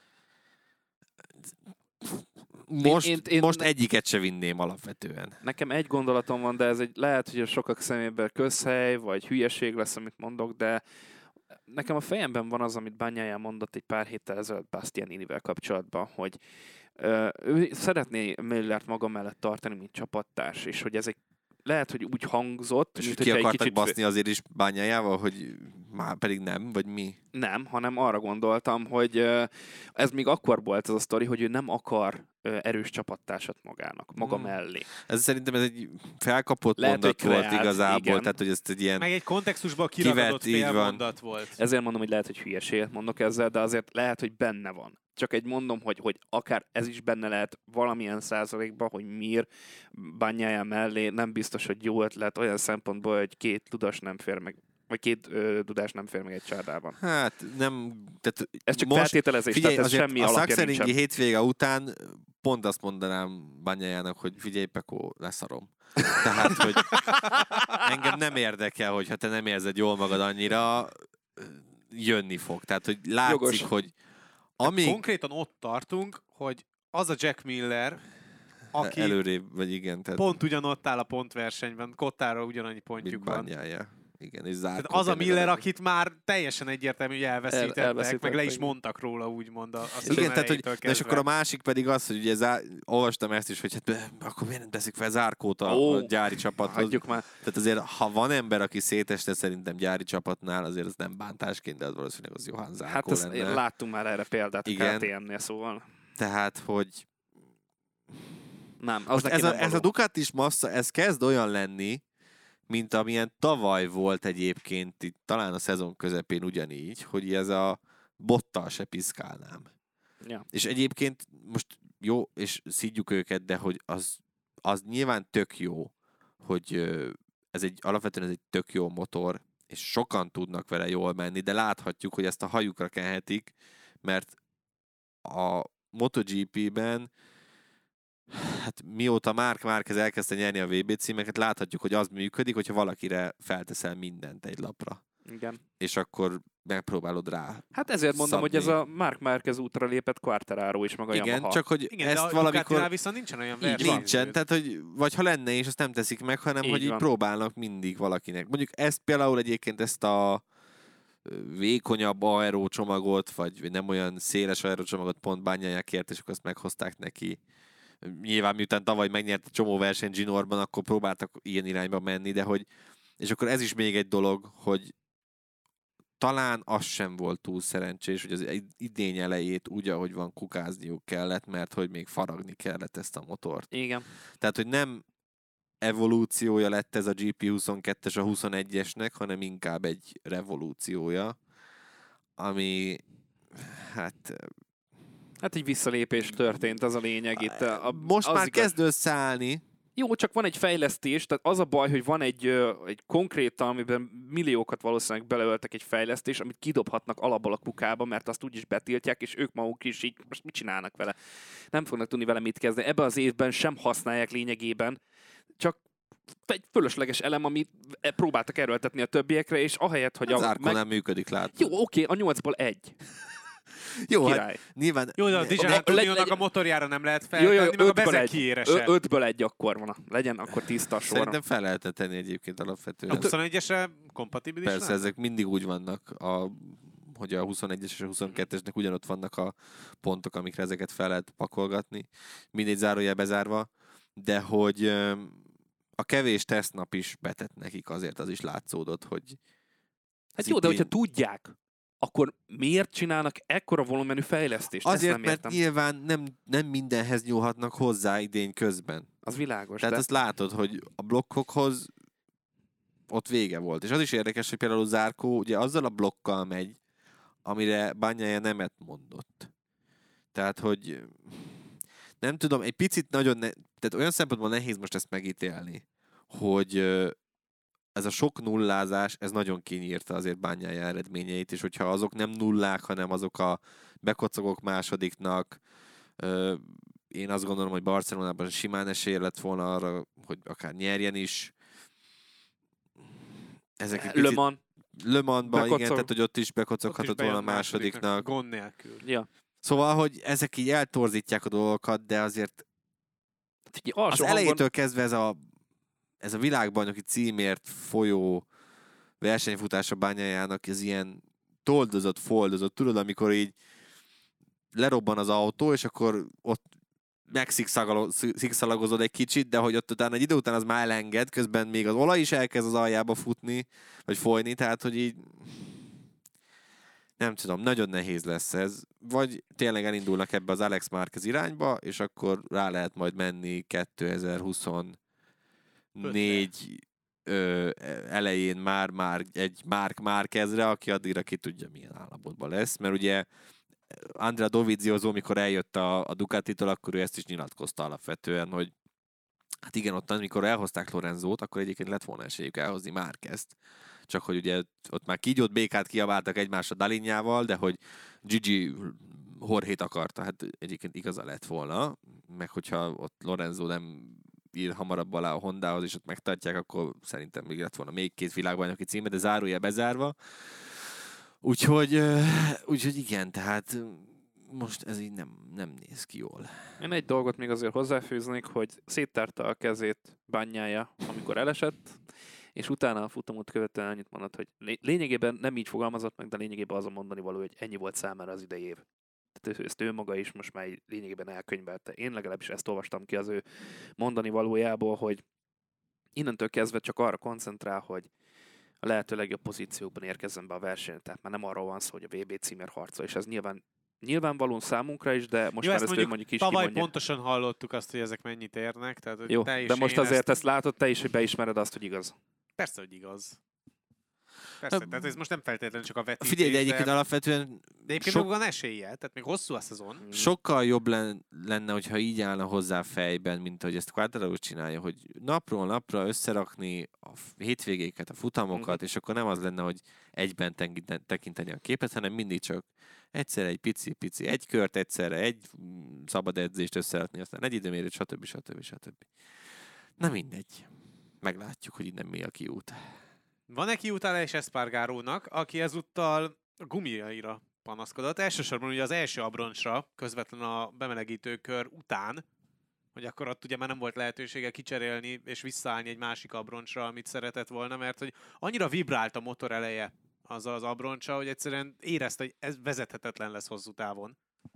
Most, én, én, most én, egyiket se vinném alapvetően. Nekem egy gondolatom van, de ez egy, lehet, hogy a sokak szemében közhely, vagy hülyeség lesz, amit mondok, de nekem a fejemben van az, amit Bagnaia mondott egy pár héttel ezelőtt Bastianinivel kapcsolatban, hogy ö, ő szeretné Millert maga mellett tartani, mint csapattárs, és hogy ez egy lehet, hogy úgy hangzott, és mint ki akartak kicsit... baszni azért is Bagnaia-val, hogy már pedig nem, vagy mi? Nem, hanem arra gondoltam, hogy ez még akkor volt ez a sztori, hogy ő nem akar erős csapattársat magának, maga hmm. mellé. Ez szerintem ez egy felkapott lehet, mondat kreált, volt igazából, igen. Tehát hogy ezt egy ilyen... Meg egy kontextusban kiragadott félmondat volt. Ezért mondom, hogy lehet, hogy hülyeséget mondok ezzel, de azért lehet, hogy benne van. Csak egy mondom, hogy, hogy akár ez is benne lehet valamilyen százalékban, hogy Mir Bagnaia mellé nem biztos, hogy jó ötlet olyan szempontból, hogy két tudas nem fér meg, vagy két ö, dudás nem fér meg egy csárdában. Hát nem... Tehát ez csak most, feltételezés, figyelj, tehát ez semmi a alapja szakszeringi nincsen. hétvége után pont azt mondanám Bagnaiának, hogy figyelj, Pekó, leszarom. Tehát, hogy engem nem érdekel, hogyha te nem érzed jól magad annyira, jönni fog. Tehát, hogy látszik, Jogos. hogy amíg... Konkrétan ott tartunk, hogy az a Jack Miller, aki előrébb, vagy igen. Tehát pont ugyanott áll a pontversenyben, Kottára ugyanannyi pontjuk van. Bányája. Igen, és Zarco. Tehát az a Miller, akit már teljesen egyértelmű, hogy elveszítettek, El, elveszítettek, meg le is mondtak róla, úgymond. A, a igen, tehát, hogy, de és akkor a másik pedig az, hogy ugye zá, olvastam ezt is, hogy hát akkor miért nem teszik fel Zarcót a, oh, a gyári csapathoz. Már. Tehát azért, ha van ember, aki széteste szerintem gyári csapatnál, azért az nem bántásként, de az valószínűleg az Johan Zarco hát ezt lenne. láttunk már erre példát igen. a ká té em-nél, szóval. Tehát, hogy nem, az ez, nem a, ez a Ducatis massza, ez kezd olyan lenni, mint amilyen tavaly volt egyébként itt, talán a szezon közepén ugyanígy, hogy ez a bottal se piszkálnám. Ja. És egyébként most jó, és szidjuk őket, de hogy az, az nyilván tök jó, hogy ez egy, alapvetően ez egy tök jó motor, és sokan tudnak vele jól menni, de láthatjuk, hogy ezt a hajukra kenhetik, mert a MotoGP-ben hát mióta Marc Márquez elkezdte nyerni a vé bé címeket, láthatjuk, hogy az működik, hogyha valakire felteszel mindent egy lapra. Igen. És akkor megpróbálod rá. Hát ezért mondom, szabni. hogy ez a Marc Márquez útra lépett Quartararo is, meg a igen, Yamaha. Csak hogy igen, ezt de valamikor... viszont nincsen olyan verseny. Nincsen, tehát hogy vagy ha lenne, és azt nem teszik meg, hanem így hogy van. így próbálnak mindig valakinek. Mondjuk ezt például egyébként ezt a vékonyabb aero csomagot, vagy nem olyan széles aero csomagot pont Bagnaia kért, és akkor azt meghozták neki. Nyilván miután tavaly megnyert a csomó verseny Ginorban, akkor próbáltak ilyen irányba menni, de hogy, és akkor ez is még egy dolog, hogy talán az sem volt túl szerencsés, hogy az idény elejét úgy, ahogy van, kukázniuk kellett, mert hogy még faragni kellett ezt a motort. Igen. Tehát, hogy nem evolúciója lett ez a gé pé huszonkettes a huszonegyesnek, hanem inkább egy revolúciója, ami hát... Hát egy visszalépés történt, az a lényeg itt. A, Most már igaz... kezd összeállni. Jó, csak van egy fejlesztés, tehát az a baj, hogy van egy, egy konkrétan, amiben milliókat valószínűleg beleöltek egy fejlesztés, amit kidobhatnak alapból a kukába, mert azt úgyis betiltják, és ők maguk is így most mit csinálnak vele. Nem fognak tudni vele mit kezdeni. Ebben az évben sem használják lényegében, csak egy fölösleges elem, amit próbáltak erőltetni a többiekre, és ahelyett, hogy... Az a Zarco meg... nem működik, látod. Jó, oké, a nyolcból egy. Jó, király. hát nyilván... Jó, de a Dijan Antonionak a motorjára nem lehet feltenni, meg a Bezzecchiére se. Ötből egy akkor van. Legyen akkor tiszta a sor. Szerintem fel lehetne tenni egyébként alapvetően. A huszonegyesre kompatibilis? Persze, nem? Ezek mindig úgy vannak, a, hogy a huszonegyes és a huszonkettesnek ugyanott vannak a pontok, amikre ezeket fel lehet pakolgatni. Mindegy zárójel bezárva, de hogy a kevés tesztnap is betett nekik, azért az is látszódott, hogy... Hát jó, de hogyha tudják, akkor miért csinálnak ekkora volumenű fejlesztést? Azért, nem mert értem. nyilván nem, nem mindenhez nyúlhatnak hozzá idény közben. Az világos. Tehát de... azt látod, hogy a blokkokhoz ott vége volt. És az is érdekes, hogy például Zarco ugye azzal a blokkal megy, amire Bagnaia nemet mondott. Tehát, hogy nem tudom, egy picit nagyon, ne... tehát olyan szempontból nehéz most ezt megítélni, hogy ez a sok nullázás, ez nagyon kinyírta azért Bagnaia eredményeit, és hogyha azok nem nullák, hanem azok a bekocogok másodiknak, én azt gondolom, hogy Barcelonában simán esélye lett volna arra, hogy akár nyerjen is. Ezek egy Le Mans. Le Mansban, Bekocog... igen, tehát hogy ott is bekocoghatott volna a másodiknak. Gond nélkül. Ja. Szóval, hogy ezek így eltorzítják a dolgokat, de azért az elejétől hangon... kezdve ez a ez a világbajnoki címért folyó versenyfutása Bagnaiának, ez ilyen toldozott, foldozott, tudod, amikor így lerobban az autó, és akkor ott megszikszalagozod egy kicsit, de hogy ott utána egy idő után az már elenged, közben még az olaj is elkezd az aljába futni, vagy folyni, tehát, hogy így nem tudom, nagyon nehéz lesz ez. Vagy tényleg elindulnak ebbe az Alex Márquez irányba, és akkor rá lehet majd menni kétezer-huszonnégy ö, elején már, már egy Marc Márquezre, aki addigra ki tudja, milyen állapotban lesz, mert ugye Andrea Dovizioso, amikor eljött a, a Ducatitól, akkor ő ezt is nyilatkozta alapvetően, hogy hát igen, ott amikor elhozták Lorenzót, akkor egyébként lett volna esélyük elhozni Márquezt. Csak hogy ugye ott már kígyót, békát kiabáltak egymásra Dalinjával, de hogy Gigi Jorgét akarta, hát egyébként igaza lett volna, meg hogyha ott Lorenzo nem ír hamarabb alá a Hondához, és ott megtartják, akkor szerintem még lett volna még két világbajnoki címe, de zárójel bezárva. Úgyhogy, úgyhogy igen, tehát most ez így nem, nem néz ki jól. Én egy dolgot még azért hozzáfűznék, hogy széttárta a kezét Bagnaia, amikor elesett, és utána a futamot követően annyit mondott, hogy lényegében nem így fogalmazott meg, de lényegében azon mondani való, hogy ennyi volt számára az idei év. Tehát ezt ő maga is most már lényegében elkönyvelte. Én legalábbis ezt olvastam ki az ő mondani valójából, hogy innentől kezdve csak arra koncentrál, hogy a lehető legjobb pozíciókban érkezzen be a versenyre. Tehát már nem arról van szó, hogy a vé bé címért harcol, és ez nyilván nyilvánvalóan számunkra is, de most Jó, már ezt ezt ő mondjuk is tavaly kimondja. pontosan hallottuk azt, hogy ezek mennyit érnek. Tehát, hogy Jó, te is, de most én azért ezt... ezt látod te is, hogy beismered azt, hogy igaz. Persze, hogy igaz. Persze, Ha, tehát ez most nem feltétlenül csak a vetítés, Figyelj, de egyébként de, alapvetően de egyébként sok- sok... van esélye, tehát még hosszú a szezon. sokkal jobb len- lenne, hogyha így állna hozzá fejben, mint hogy ezt Quartararo csinálja, hogy napról napra összerakni a f- hétvégéket, a futamokat, Mhm. és akkor nem az lenne, hogy egyben tekint- tekinteni a képet, hanem mindig csak egyszer egy pici-pici, egy kört egyszerre, egy mm, szabad edzést összerakni, aztán egy időmérőt, stb. stb. stb. Na mindegy. Meglátjuk, hogy innen mi a kiút. Van-e kiutála és Espargarónak, aki ezúttal a gumiaira panaszkodott. Elsősorban ugye az első abroncsra, közvetlenül a bemelegítő kör után, hogy akkor ott ugye már nem volt lehetősége kicserélni és visszaállni egy másik abroncsra, amit szeretett volna, mert hogy annyira vibrált a motor eleje azzal az abroncsa, hogy egyszerűen érezte, hogy ez vezethetetlen lesz hosszú távon.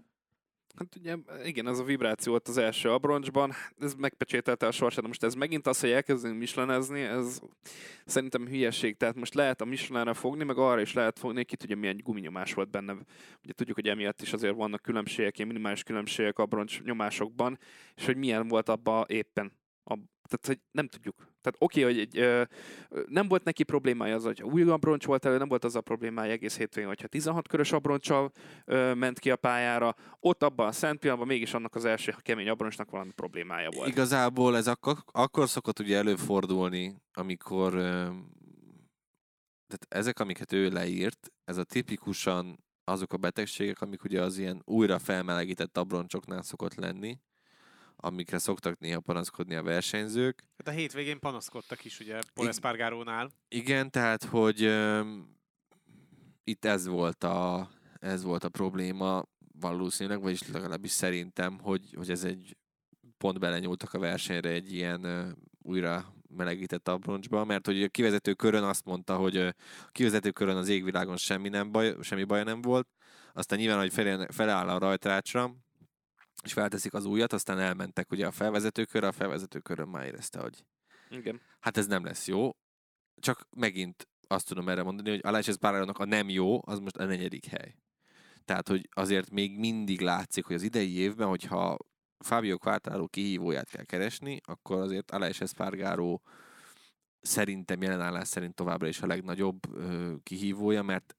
Hát ugye, igen, ez a vibráció volt az első abroncsban, ez megpecsételte a sorsát, de most ez megint az, hogy elkezdünk michelinezni, ez szerintem hülyeség, tehát most lehet a Michelinre fogni, meg arra is lehet fogni, ki tudja milyen guminyomás volt benne. Ugye tudjuk, hogy emiatt is azért vannak különbségek, ilyen minimális különbségek abroncs nyomásokban, és hogy milyen volt abban éppen. A, tehát, hogy nem tudjuk. Tehát oké, okay, hogy egy, ö, nem volt neki problémája az, hogy új abroncs volt elő, nem volt az a problémája egész hétvégén, hogyha tizenhat körös abroncsal ö, ment ki a pályára, ott abban a szent pillanatban mégis annak az első kemény abroncsnak valami problémája volt. Igazából ez akkor, akkor szokott ugye előfordulni, amikor ö, tehát ezek, amiket ő leírt, ez a tipikusan azok a betegségek, amik ugye az ilyen újra felmelegített abroncsoknál szokott lenni, amikre szoktak néha panaszkodni a versenyzők. Hát a hétvégén panaszkodtak is ugye Pol Espargarónál. Igen, tehát, hogy um, itt ez volt, a, ez volt a probléma valószínűleg, vagyis legalábbis szerintem, hogy, hogy ez egy pont belenyúltak a versenyre egy ilyen uh, újra melegített abroncsba, mert hogy a kivezető körön azt mondta, hogy uh, a kivezető körön az égvilágon semmi, nem baj, semmi baja nem volt, aztán nyilván, hogy fel, feláll a rajtrácsra, és felteszik az újat, aztán elmentek ugye a felvezetőkörre, a felvezetőkörön már érezte, hogy Igen. hát ez nem lesz jó. Csak megint azt tudom erre mondani, hogy Aleix Espargarónak a nem jó, az most a negyedik hely. Tehát, hogy azért még mindig látszik, hogy az idei évben, hogyha Fabio Quartararo kihívóját kell keresni, akkor azért Aleix Espargaró szerintem jelenállás szerint továbbra is a legnagyobb ö, kihívója, mert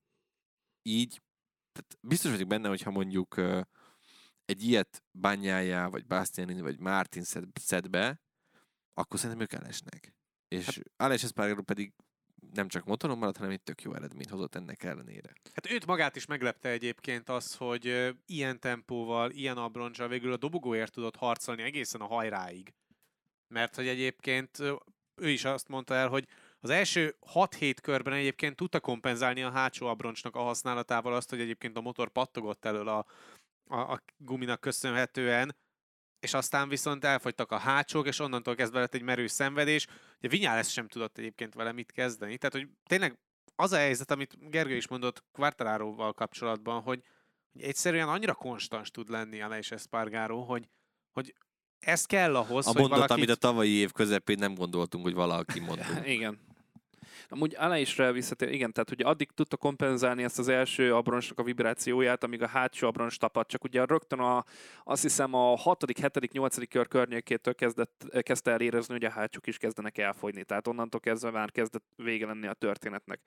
így tehát biztos vagyok benne, hogyha mondjuk ö, egy ilyet Bagnaia, vagy Bastianini, vagy Martin szed, szed be, akkor szerintem ők elesnek. És hát, Aleix Espargaró pedig nem csak motoron maradt, hanem egy tök jó eredményt hozott ennek ellenére. Hát őt magát is meglepte egyébként az, hogy ö, ilyen tempóval, ilyen abroncsal végül a dobogóért tudott harcolni egészen a hajráig. Mert hogy egyébként ö, ő is azt mondta el, hogy az első hat-hét körben egyébként tudta kompenzálni a hátsó abroncsnak a használatával azt, hogy egyébként a motor pattogott elől a, a, a guminak köszönhetően, és aztán viszont elfogytak a hátsók, és onnantól kezdve lett egy merő szenvedés. Ugye Viñales sem tudott egyébként vele mit kezdeni. Tehát, hogy tényleg az a helyzet, amit Gergő is mondott Quartararóval kapcsolatban, hogy, hogy egyszerűen annyira konstans tud lenni Aleix Espargaró, hogy, hogy ez kell ahhoz, A hogy mondat, valaki... amit a tavalyi év közepén nem gondoltunk, hogy valaki mondta. Igen. Amúgy Aleixre visszatér, igen, tehát ugye addig tudta kompenzálni ezt az első abroncsnak a vibrációját, amíg a hátsó abroncs tapadt, csak ugye rögtön a, azt hiszem a hatodik, hetedik, nyolcadik kör környékétől kezdett, kezdte el érezni, hogy a hátsók is kezdenek elfogyni, tehát onnantól kezdve már kezdett vége lenni a történetnek.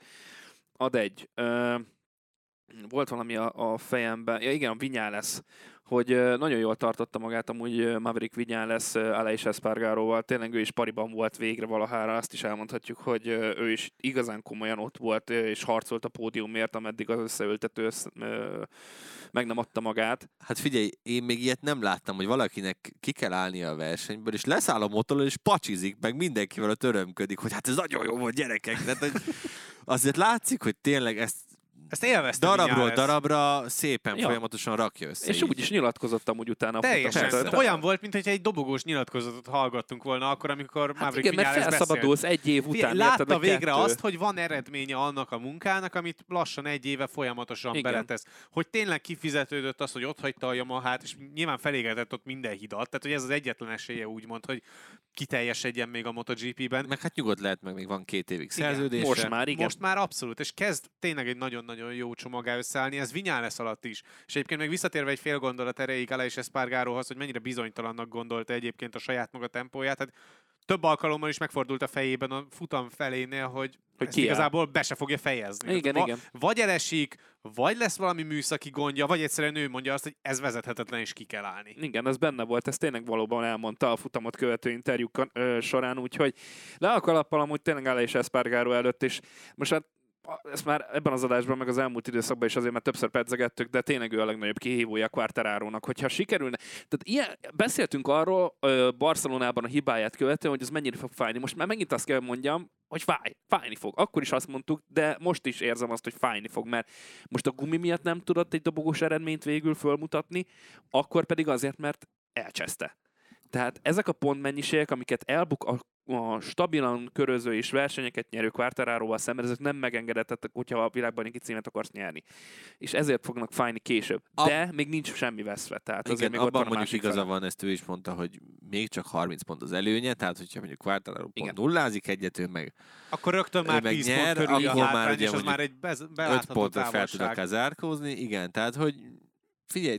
Ad egy. Ö, volt valami a, a fejemben, ja igen, a Viñales, hogy nagyon jól tartotta magát amúgy Maverick Viñales Aleix Espargaróval, tényleg ő is pariban volt végre valahára, azt is elmondhatjuk, hogy ő is igazán komolyan ott volt, és harcolt a pódiumért, ameddig az összeültető össze, meg nem adta magát. Hát figyelj, én még ilyet nem láttam, hogy valakinek ki kell állnia a versenyből, és leszáll a motorról, és pacsizik, meg mindenkivel a törömködik, hogy hát ez nagyon jó volt, gyerekek. Tehát, hogy azért látszik, hogy tényleg ezt Ezt élvezte darabról Viñales. darabra szépen Ja. folyamatosan rakja össze. És úgy is nyilatkozottam úgy utána. a Teljesen. futamon. Olyan volt, mintha egy dobogós nyilatkozatot hallgattunk volna akkor, amikor Hát Maverick igen, mert Viñales beszélt. felszabadulsz egy év után. Látta érted, vagy végre kettő. azt, hogy van eredménye annak a munkának, amit lassan egy éve folyamatosan Igen. beletesz. Hogy tényleg kifizetődött az, hogy ott hagyta a Yamahát, és nyilván felégetett ott minden hidat. Tehát, hogy ez az egyetlen esélye úgymond, hogy kiteljesedjen még a MotoGP-ben. Meg hát nyugodt lehet, meg még van két évig szerződése. Most már, igen. Most már abszolút, és kezd tényleg egy nagyon-nagyon jó csomagá összeállni, ez Viñales alatt is. És egyébként még visszatérve egy fél gondolat erejéig Aleix Espargaróhoz, hogy mennyire bizonytalannak gondolta egyébként a saját maga tempóját, hát több alkalommal is megfordult a fejében a futam felénél, hogy, Hogy ezt kiáll. igazából be se fogja fejezni. Igen, Va- igen. Vagy elesik, vagy lesz valami műszaki gondja, vagy egyszerűen ő mondja azt, hogy ez vezethetetlen, és ki kell állni. Igen, ez benne volt, ez tényleg valóban elmondta a futamot követő interjúk ö, során, úgyhogy le a kalappal amúgy tényleg Aleix Espargaró előtt, és most hát ezt már ebben az adásban, meg az elmúlt időszakban is azért már többször pedzegettük, de tényleg ő a legnagyobb kihívója Quartararónak, hogyha sikerülne. Tehát ilyen, beszéltünk arról ö, Barcelonában a hibáját követően, hogy ez mennyire fog fájni. Most már megint azt kell mondjam, hogy fáj, fájni fog. Akkor is azt mondtuk, de most is érzem azt, hogy fájni fog, mert most a gumi miatt nem tudott egy dobogós eredményt végül fölmutatni, akkor pedig azért, mert elcseszte. Tehát ezek a pontmennyiségek, amiket elbuk a, a stabilan köröző és versenyeket nyerő Quartararóval szemben, ezek nem megengedettek, hogyha a világbajnoki címet akarsz nyerni. És ezért fognak fájni később. De a... még nincs semmi veszve. Tehát azért Igen, még ott abban van a mondjuk másik igaza fele. van, ezt ő is mondta, hogy még csak harminc pont az előnye, tehát hogyha mondjuk Quartararo pont Igen. nullázik egyet, ő meg Akkor rögtön már Ő meg tíz nyer, pont körül a akkor már hátrány, ugye és az mondjuk már egy bez- öt belátható pontra fel tudnak távolság. zárkózni. Igen, tehát hogy figyelj,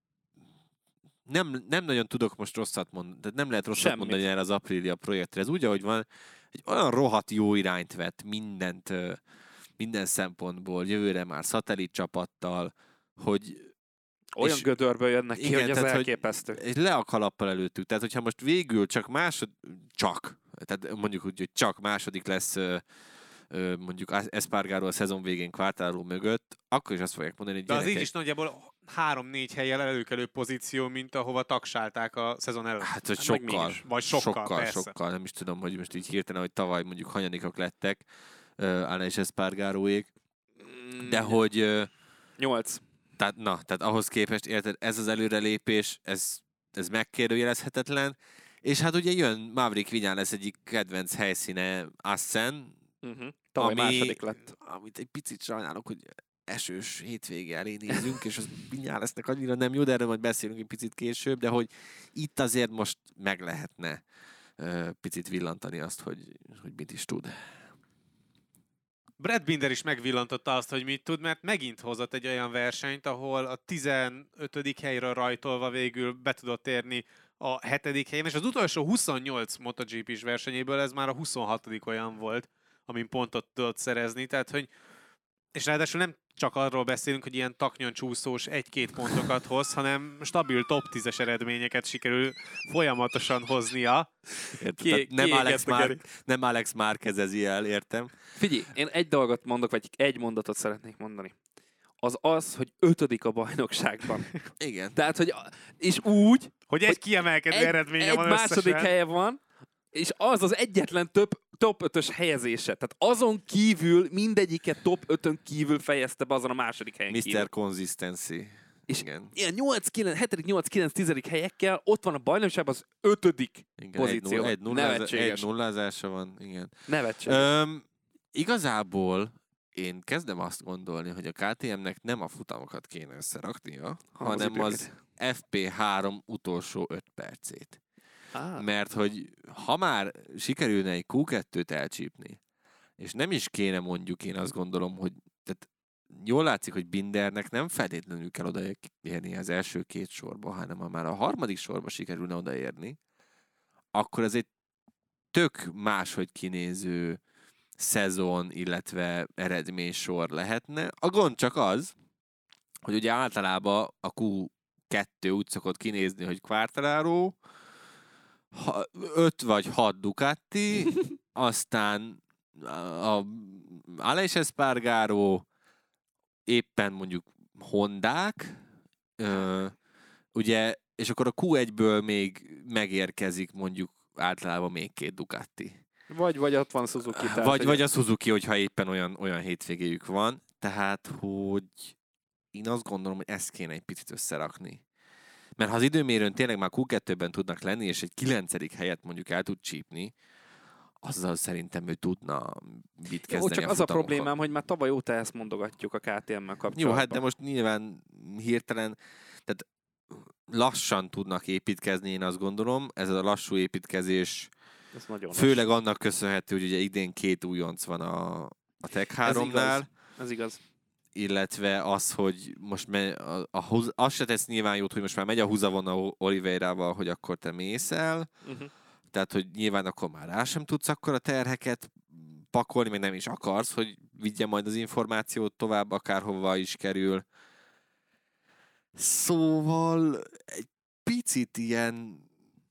nem, nem nagyon tudok most rosszat mondani, tehát nem lehet rosszat Semmit. mondani erre az Aprilia projektre. Ez úgy, ahogy van, egy olyan rohadt jó irányt vett mindent, ö, minden szempontból, jövőre már szatellit csapattal, hogy Olyan és- gödörből jönnek ki, igen, hogy ez tehát, hogy- elképesztő. egy le a kalappal előttük. Tehát, hogyha most végül csak másod, csak, tehát mondjuk úgy, hogy csak második lesz ö, ö, mondjuk Espargaró a szezon végén Quartararo mögött, akkor is azt fogják mondani, hogy De az így gyerekek, is nagyjából három-négy helyen előkelő pozíció, mint ahova tagsálták a szezon előtt. hát, hogy Hát meg sokkal, mégis. Vagy sokkal, sokkal, persze. sokkal, nem is tudom, hogy most így hirtelen, hogy tavaly mondjuk hanyadikak lettek uh, Aleix Espargaróék, de hogy ö, Nyolc. tehát, na, tehát ahhoz képest, érted, ez az előrelépés, ez, ez megkérdőjelezhetetlen, és hát ugye jön Maverick Viñales egyik kedvenc helyszíne, Assen, Uh-huh. Tavaly ami, második lett. amit egy picit sajnálok, hogy esős hétvége elé nézünk, és az Viñalesnek annyira nem jó, de erről majd beszélünk egy picit később, de hogy itt azért most meg lehetne ö, picit villantani azt, hogy, hogy mit is tud. Brad Binder is megvillantotta azt, hogy mit tud, mert megint hozott egy olyan versenyt, ahol a tizenötödik helyről rajtolva végül be tudott érni a hetedik helyen, és az utolsó huszonnyolc MotoGP-s versenyéből ez már a huszonhatodik olyan volt, amin pontot tudott szerezni, tehát hogy és ráadásul nem csak arról beszélünk, hogy ilyen taknyoncsúszós egy-két pontokat hoz, hanem stabil top tízes eredményeket sikerül folyamatosan hoznia. Érted? Ki- Tehát nem, kiégett Alex a Mar- Geri. nem Alex Márquezezi el, értem. Figyelj, én egy dolgot mondok, vagy egy mondatot szeretnék mondani. Az az, hogy ötödik a bajnokságban. Igen. Tehát, hogy a- és úgy, Hogy egy Hogy kiemelkedő egy, eredménye egy van második összesen. helye van, és az az egyetlen több top ötös helyezése. Tehát azon kívül mindegyiket top ötön kívül fejezte be azon a második helyen kívül. miszter Consistency. És Igen. ilyen nyolc kilenc, hetedik nyolc kilenc tizedik helyekkel ott van a bajnokságban az ötödik Igen, pozíció. Egy, null, egy, nullázá, Nevetséges. egy nullázása van, igen. Nevetséges. Öm, igazából én kezdem azt gondolni, hogy a ká té em-nek nem a futamokat kéne összeraknia, hanem időket. az ef pé három utolsó öt percét. Ah. Mert hogy ha már sikerülne egy kú kettőt elcsípni, és nem is kéne mondjuk, én azt gondolom, hogy tehát jól látszik, hogy Bindernek nem feltétlenül kell odaérni az első két sorba, hanem ha már a harmadik sorba sikerülne odaérni, akkor ez egy tök máshogy kinéző szezon, illetve eredménysor lehetne. A gond csak az, hogy ugye általában a kú kettő úgy szokott kinézni, hogy Quartararo, ha- öt vagy hat Ducati, aztán a Aleix Espargaró, éppen mondjuk Hondák, ö, ugye, és akkor a kú egyből még megérkezik mondjuk általában még két Ducati. Vagy, vagy ott van Suzuki. Tehát, Vagy, hogy- vagy a Suzuki, hogyha éppen olyan, olyan hétvégéjük van. Tehát, hogy én azt gondolom, hogy ezt kéne egy picit összerakni. Mert ha az időmérőn tényleg már kú kettőben tudnak lenni, és egy kilencedik helyet mondjuk el tud csípni, azzal szerintem ő tudna mit kezdeni. Jó, csak a az a futamokon. problémám, hogy már tavaly óta ezt mondogatjuk a ká té em-mel kapcsolatban. Jó, hát de most nyilván hirtelen, tehát lassan tudnak építkezni, én azt gondolom. Ez a lassú építkezés Ez nagyon főleg annak köszönhető, hogy ugye idén két újonc van a, a Tech háromnál. Ez igaz. Ez igaz. Illetve az, hogy most me, a, a, a, az se tesz nyilván jót, hogy most már megy a húzavona Oliveirával, hogy akkor te mész el. Uh-huh. Tehát, hogy nyilván akkor már rá sem tudsz akkor a terheket pakolni, meg nem is akarsz, hogy vigye majd az információt tovább, akárhova is kerül. Szóval egy picit ilyen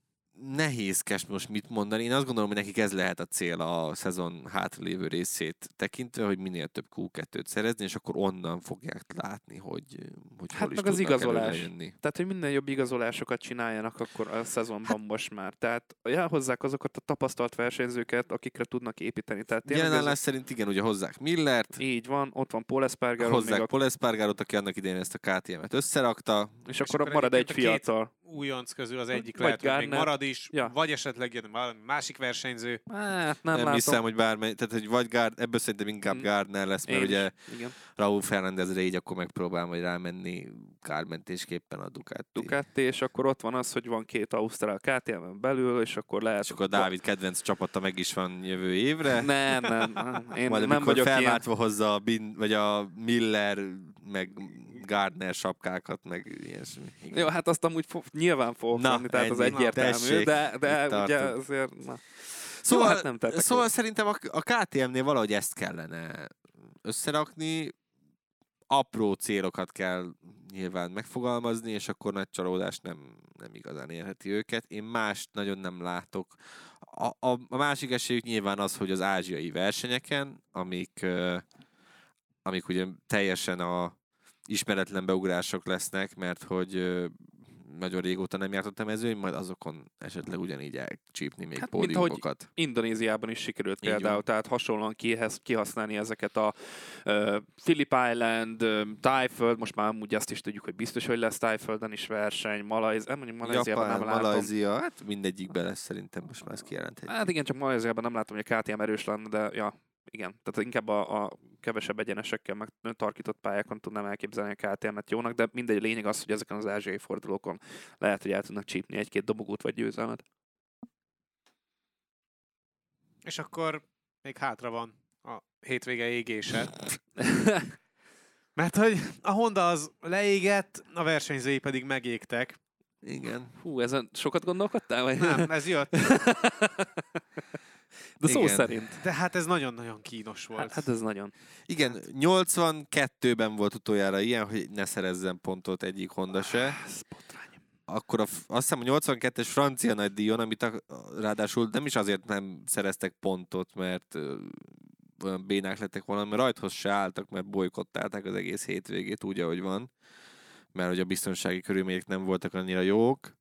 nehézkes most mit mondani. Én azt gondolom, hogy nekik ez lehet a cél a szezon hátralévő részét tekintve, hogy minél több kú kettőt szerezni, és akkor onnan fogják látni, hogy, hogy Hát hol is meg az tudnak igazolás. előrejönni. Tehát, hogy minden jobb igazolásokat csináljanak akkor a szezonban hát, most már. Tehát elhozzák azokat a tapasztalt versenyzőket, akikre tudnak építeni. Tehát Jelenállás ez... szerint igen, ugye hozzák Millert. Így van, ott van Paul Espargaro. Hozzák a... Paul Espargarot, aki annak idején ezt a ká té em-et összerakta. És, és akkor, akkor marad egy fiatal. Újonc közül az egyik vagy lehet, hogy Gardner. még marad is, Ja. vagy esetleg jön valami másik versenyző. Hát nem, nem látom. hiszem, hogy bármely, tehát hogy vagy Gard, ebből szerintem inkább Hmm. Gardner lesz, mert Én ugye is. Igen. Raúl Fernándezre így akkor megpróbál majd rámenni kármentésképpen a Ducati. Ducati, és akkor ott van az, hogy van két ausztrál ká té em-en belül, és akkor lehet... És akkor a Dávid kedvenc csapata meg is van jövő évre. Nem, nem, nem. Én Majd nem vagyok felváltva ilyen... hozza a, Bin, vagy a Miller, meg Gardner sapkákat, meg ilyesmi. Igen. Jó, hát azt amúgy fo- nyilván fogok Na, venni, tehát az ennyi. egyértelmű, Tessék, de, de itt ugye tartunk. azért... Na. Szóval, Jó, hát nem tettek szóval róla. szerintem a, a ká té em-nél valahogy ezt kellene összerakni, apró célokat kell nyilván megfogalmazni, és akkor nagy csalódás nem, nem igazán érheti őket. Én mást nagyon nem látok. A, a, a másik esélyük nyilván az, hogy az ázsiai versenyeken, amik, uh, amik ugye teljesen a ismeretlen beugrások lesznek, mert hogy uh, nagyon régóta nem járt a mezőny, majd azokon esetleg ugyanígy elcsípni még Hát, pódiumokat. Indonéziában is sikerült Így például, van. tehát hasonlóan kihez, kihasználni ezeket a uh, Phillip Island, uh, Tájföld, most már amúgy azt is tudjuk, hogy biztos, hogy lesz Tájföldön is verseny, Malajz, nem mondjuk Malajziában Japán, nem látom. Malajzia, hát mindegyikben lesz szerintem, most már ezt kijelenthetjük. Hát igen, csak Malajziában nem látom, hogy a ká té em erős lenne, de ja, igen. Tehát inkább a, a kevesebb egyenesekkel, meg tarkított pályákon tudnám elképzelni a ká té em-et jónak, de mindegy, lényeg az, hogy ezeken az ázsiai fordulókon lehet, hogy el tudnak csípni egy-két dobogót vagy győzelmet. És akkor még hátra van a hétvége égése. Mert hogy a Honda az leégett, a versenyzői pedig megégtek. Igen. Hú, ezen sokat gondolkodtál? Vagy? Nem, ez jött. De szó Igen. szerint. De hát ez nagyon-nagyon kínos volt. Hát, hát ez nagyon. Igen, nyolcvankettőben volt utoljára ilyen, hogy ne szerezzen pontot egyik Honda se. Ez botrány. Akkor a, azt hiszem a nyolcvankettes francia nagydíjon, amit a, ráadásul nem is azért nem szereztek pontot, mert ö, olyan bénák lettek volna, mert rajthoz se álltak, mert bolykottálták az egész hétvégét úgy, ahogy van. Mert hogy a biztonsági körülmények nem voltak annyira jók.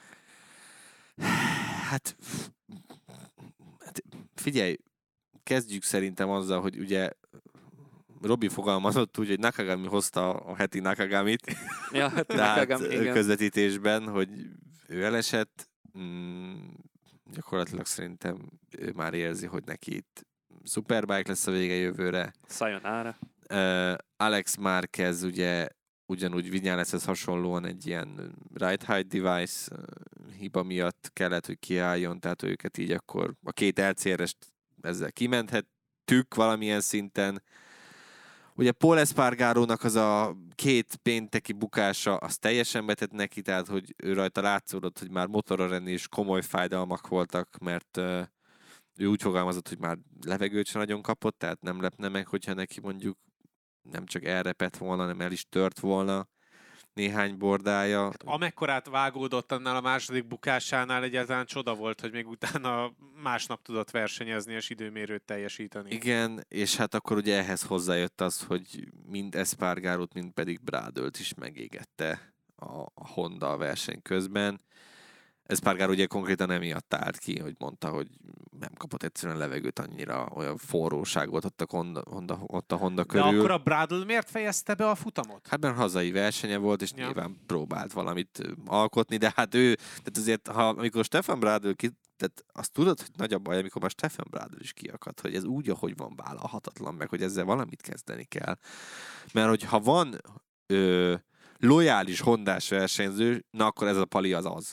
Hát, hát figyelj, kezdjük szerintem azzal, hogy ugye Robi fogalmazott úgy, hogy Nakagami hozta a heti Nakagamit, Ja, hát tehát Nakagami, igen. közvetítésben, hogy ő elesett. Mm, gyakorlatilag szerintem ő már érzi, hogy neki itt Superbike lesz a vége jövőre. Sayonara. Uh, Alex Márquez ugye ugyanúgy Viñaleshez hasonlóan egy ilyen right height device uh, hiba miatt kellett, hogy kiálljon, tehát őket így akkor a két el cé er-est ezzel kimenthettük valamilyen szinten. Ugye Paul Espargarónak az a két pénteki bukása, az teljesen betett neki, tehát hogy ő rajta látszódott, hogy már motorra renni is komoly fájdalmak voltak, mert uh, ő úgy fogalmazott, hogy már levegőt sem nagyon kapott, tehát nem lepne meg, hogyha neki mondjuk nem csak elrepett volna, hanem el is tört volna néhány bordája. Hát amekkorát vágódott annál a második bukásánál, egyáltalán csoda volt, hogy még utána másnap tudott versenyezni és időmérőt teljesíteni. Igen, és hát akkor ugye ehhez hozzájött az, hogy mind Espargarót, mind pedig Bradelt is megégette a Honda a verseny közben. Espargaro ugye konkrétan emiatt állt ki, hogy mondta, hogy nem kapott egyszerűen levegőt annyira, olyan forróság volt ott a Honda, Honda, ott a Honda körül. De akkor a Bradl miért fejezte be a futamot? Hát mert hazai versenye volt, és ja. nyilván próbált valamit alkotni, de hát ő, tehát azért, ha, amikor Stefan Bradl ki, tehát azt tudod, hogy nagy a baj, amikor már Stefan Bradl is kiakadt, hogy ez úgy, ahogy van, vállalhatatlan, meg hogy ezzel valamit kezdeni kell. Mert hogyha van ö, lojális hondás versenyző, na akkor ez a Pali az az.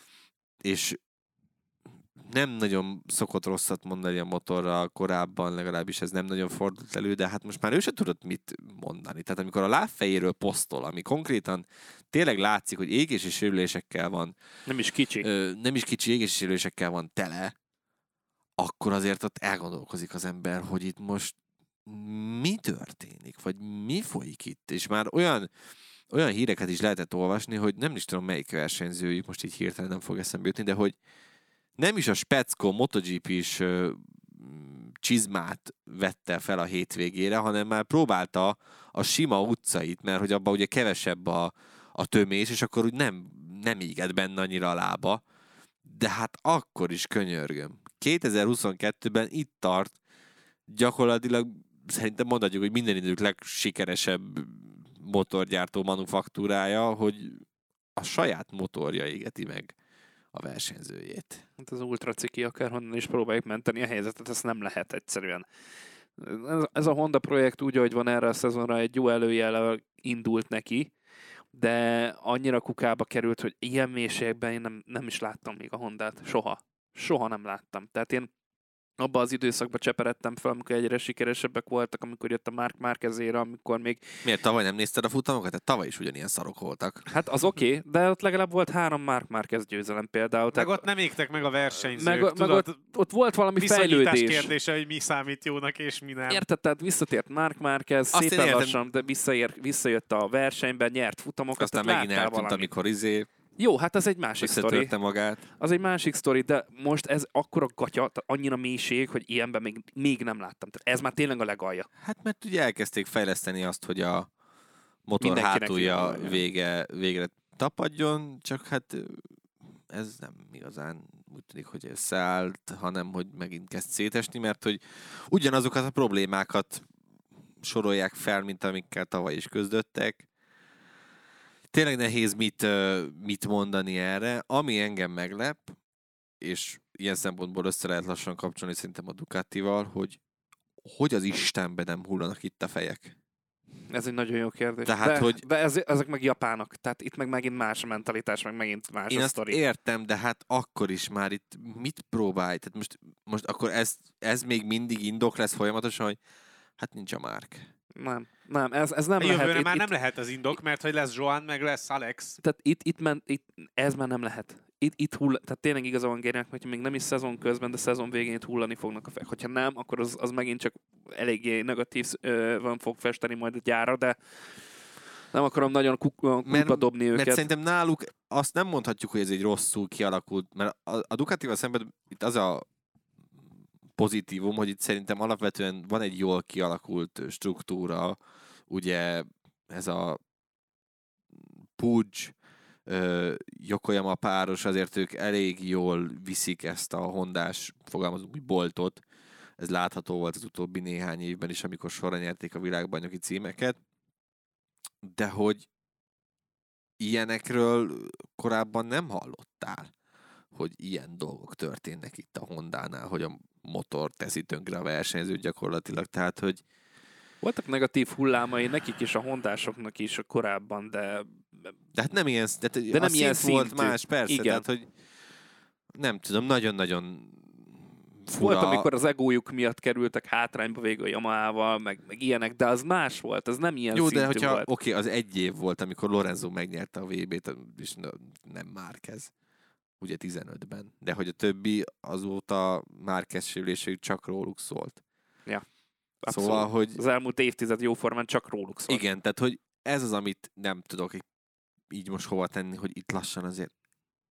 És nem nagyon szokott rosszat mondani a motorral korábban, legalábbis ez nem nagyon fordult elő, de hát most már ő se tudott mit mondani. Tehát amikor a lábfejéről posztol, ami konkrétan tényleg látszik, hogy égési sérülésekkel van. Nem is kicsi. Ö, nem is kicsi égési sérülésekkel van tele, akkor azért ott elgondolkozik az ember, hogy itt most mi történik, vagy mi folyik itt. És már olyan olyan híreket is lehetett olvasni, hogy nem is tudom melyik versenyzőjük, most így hirtelen nem fog eszembe jutni, de hogy nem is a Speckó MotoGP-s uh, csizmát vette fel a hétvégére, hanem már próbálta a sima utcait, mert hogy abban ugye kevesebb a, a tömés, és akkor úgy nem, nem íged benne annyira a lába. De hát akkor is könyörgöm. kétezer-huszonkettőben itt tart gyakorlatilag szerintem mondhatjuk, hogy minden idők legsikeresebb motorgyártó manufaktúrája, hogy a saját motorja égeti meg a versenyzőjét. Hát az ultra ciki akárhonnan is próbáljuk menteni a helyzetet, ezt nem lehet egyszerűen. Ez a Honda projekt úgy, ahogy van erre a szezonra, egy jó előjellel indult neki, de annyira kukába került, hogy ilyen mélységben én nem, nem is láttam még a Hondát. Soha. Soha nem láttam. Tehát én abban az időszakban cseperedtem fel, amikor egyre sikeresebbek voltak, amikor jött a Marc Márquezére, amikor még... Miért tavaly nem nézted a futamokat? Tehát tavaly is ugyanilyen szarok voltak. Hát az oké, okay, de ott legalább volt három Marc Márquez győzelem például. Meg tehát... ott nem égtek meg a versenyzők. Meg, tudod, meg ott, ott volt valami fejlődés. Kérdése, hogy mi számít jónak és mi nem. Érted, tehát visszatért Marc Márquez, azt szépen lassan, de visszaér, visszajött a versenyben, nyert futamokat. Aztán megint eltűnt, valami. amikor izé... Jó, hát az egy másik sztori. magát. Az egy másik sztori, de most ez akkora gatya, annyira mélység, hogy ilyenben még, még nem láttam. Tehát ez már tényleg a legalja. Hát mert ugye elkezdték fejleszteni azt, hogy a motor Mindenkinek hátulja vége, végre tapadjon, csak hát ez nem igazán úgy tűnik, hogy összeállt, hanem hogy megint kezd szétesni, mert hogy ugyanazokat a problémákat sorolják fel, mint amikkel tavaly is küzdöttek. Tényleg nehéz mit, mit mondani erre. Ami engem meglep, és ilyen szempontból össze lehet lassan kapcsolni szerintem a Ducatival, hogy hogy az Istenben nem hullanak itt a fejek. Ez egy nagyon jó kérdés. Tehát, de hogy... de ez, ezek meg japánok, tehát itt meg megint más a mentalitás, meg megint más Én a azt sztori. értem, de hát akkor is már itt mit próbálj? Tehát most, most akkor ez, ez még mindig indok lesz folyamatosan, hogy hát nincs a Marc. Nem, nem, ez, ez nem a lehet. Jövőre itt, már itt, nem lehet az indok, mert hogy lesz Joan, meg lesz Alex. Tehát itt, itt, men, itt ez már nem lehet. Itt, itt hull, tehát tényleg igaza van Gérinek, hogy még nem is szezon közben, de szezon végén itt hullani fognak a fejek. Hogyha nem, akkor az, az megint csak eléggé negatív ö, van fog festeni majd a gyára, de nem akarom nagyon kukba dobni őket. Mert szerintem náluk azt nem mondhatjuk, hogy ez egy rosszul kialakult, mert a, a Ducatival szemben itt az a pozitívum, hogy itt szerintem alapvetően van egy jól kialakult struktúra, ugye ez a Puig, Yokoyama páros, azért ők elég jól viszik ezt a hondás, fogalmazunk úgy, boltot. Ez látható volt az utóbbi néhány évben is, amikor sorra nyerték a világbajnoki címeket. De hogy ilyenekről korábban nem hallottál, hogy ilyen dolgok történnek itt a Hondánál, hogy a motor teszi tönkre a versenyzőt gyakorlatilag, tehát hogy voltak negatív hullámai nekik is, a hondásoknak is korábban, de... De hát nem ilyen, de, de nem ilyen szint volt szintű. más, persze, Igen. tehát hogy nem tudom, nagyon-nagyon fura. Volt, amikor az egójuk miatt kerültek hátrányba végül a Yamahával, meg, meg ilyenek, de az más volt, az nem ilyen jó, szintű de hogyha, volt. oké, okay, az egy év volt, amikor Lorenzo megnyerte a vé bét, és nem Márquez, ugye tizenötben, de hogy a többi azóta Márquez sérülései csak róluk szólt. Ja. Abszolút. Szóval, hogy... Az elmúlt évtized jóformán csak róluk szólt. Igen, tehát hogy ez az, amit nem tudok így most hova tenni, hogy itt lassan azért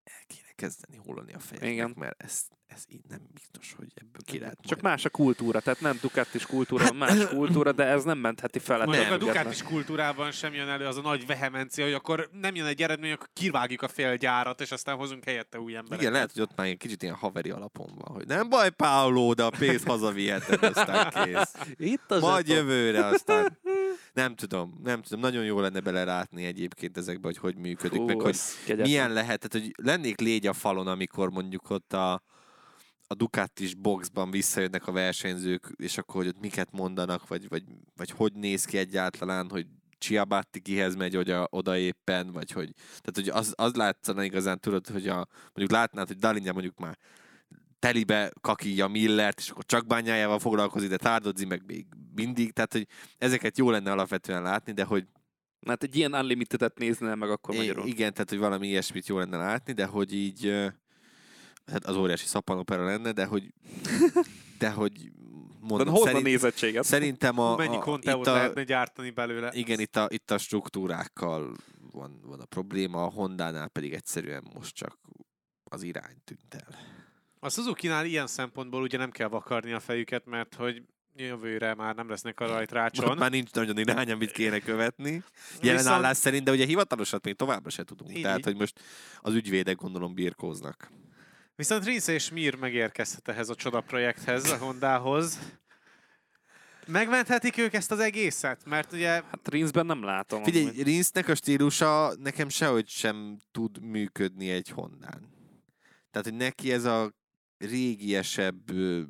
el kéne kezdeni hullani a fejeknek, Igen. mert ez, ez így nem biztos, hogy ebből ki lehet Csak majd. más a kultúra, tehát nem Ducatis kultúra, hát, más kultúra, de ez nem mentheti fel. Mondjuk a Ducatis kultúrában sem jön elő az a nagy vehemencia, hogy akkor nem jön egy eredmény, akkor kivágjuk a fél gyárat, és aztán hozunk helyette új embereket. Igen, lehet, hogy ott már egy kicsit ilyen haveri alapon van, hogy nem baj, Paolo, de a pénzt hazaviheted, aztán kész. Itt az Majd jövőre, aztán nem tudom, nem tudom, nagyon jó lenne belerátni egyébként ezekbe, hogy hogy működik, Hú, meg hogy kegyetlen. milyen lehet, tehát, hogy lennék légy a falon, amikor mondjuk ott a, a Ducatis boxban visszajönnek a versenyzők, és akkor, hogy ott miket mondanak, vagy, vagy, vagy hogy néz ki egyáltalán, hogy Ciabatti kihez megy oda, oda éppen, vagy hogy, tehát hogy az, az látszana igazán, tudod, hogy a, mondjuk látnád, hogy Dalinja mondjuk már telibe kakíja Millert, és akkor csak bányájával foglalkozik, de Tardozzi meg még mindig, tehát hogy ezeket jó lenne alapvetően látni, de hogy Hát egy ilyen Unlimited-et néznél meg akkor I- magyarul. igen, tehát hogy valami ilyesmit jó lenne látni, de hogy így ö, hát az óriási szappanopera lenne, de hogy de hogy mondom, De hozna szerint, nézettséget. szerintem a, Mennyi a, konteót itt a, lehetne gyártani belőle? igen, itt a, itt a struktúrákkal van, van a probléma, a Hondánál pedig egyszerűen most csak az irány tűnt el. A Suzuki-nál ilyen szempontból ugye nem kell vakarni a fejüket, mert hogy jövőre már nem lesznek a rajtrácson. Most már nincs nagyon irány, amit kéne követni. Jelen Viszont- állás szerint, de ugye hivatalosat még továbbra se tudunk. Így, Tehát, így. hogy most az ügyvédek gondolom birkóznak. Viszont Rins és Mir megérkezhet ehhez a csoda projekthez, a Hondához. Megmenthetik ők ezt az egészet? Mert ugye Hát Rinsben nem látom. Figyelj, amúgy. Rinsnek a stílusa nekem sehogy sem tud működni egy Hondán. Tehát, hogy neki ez a régiesebb ö,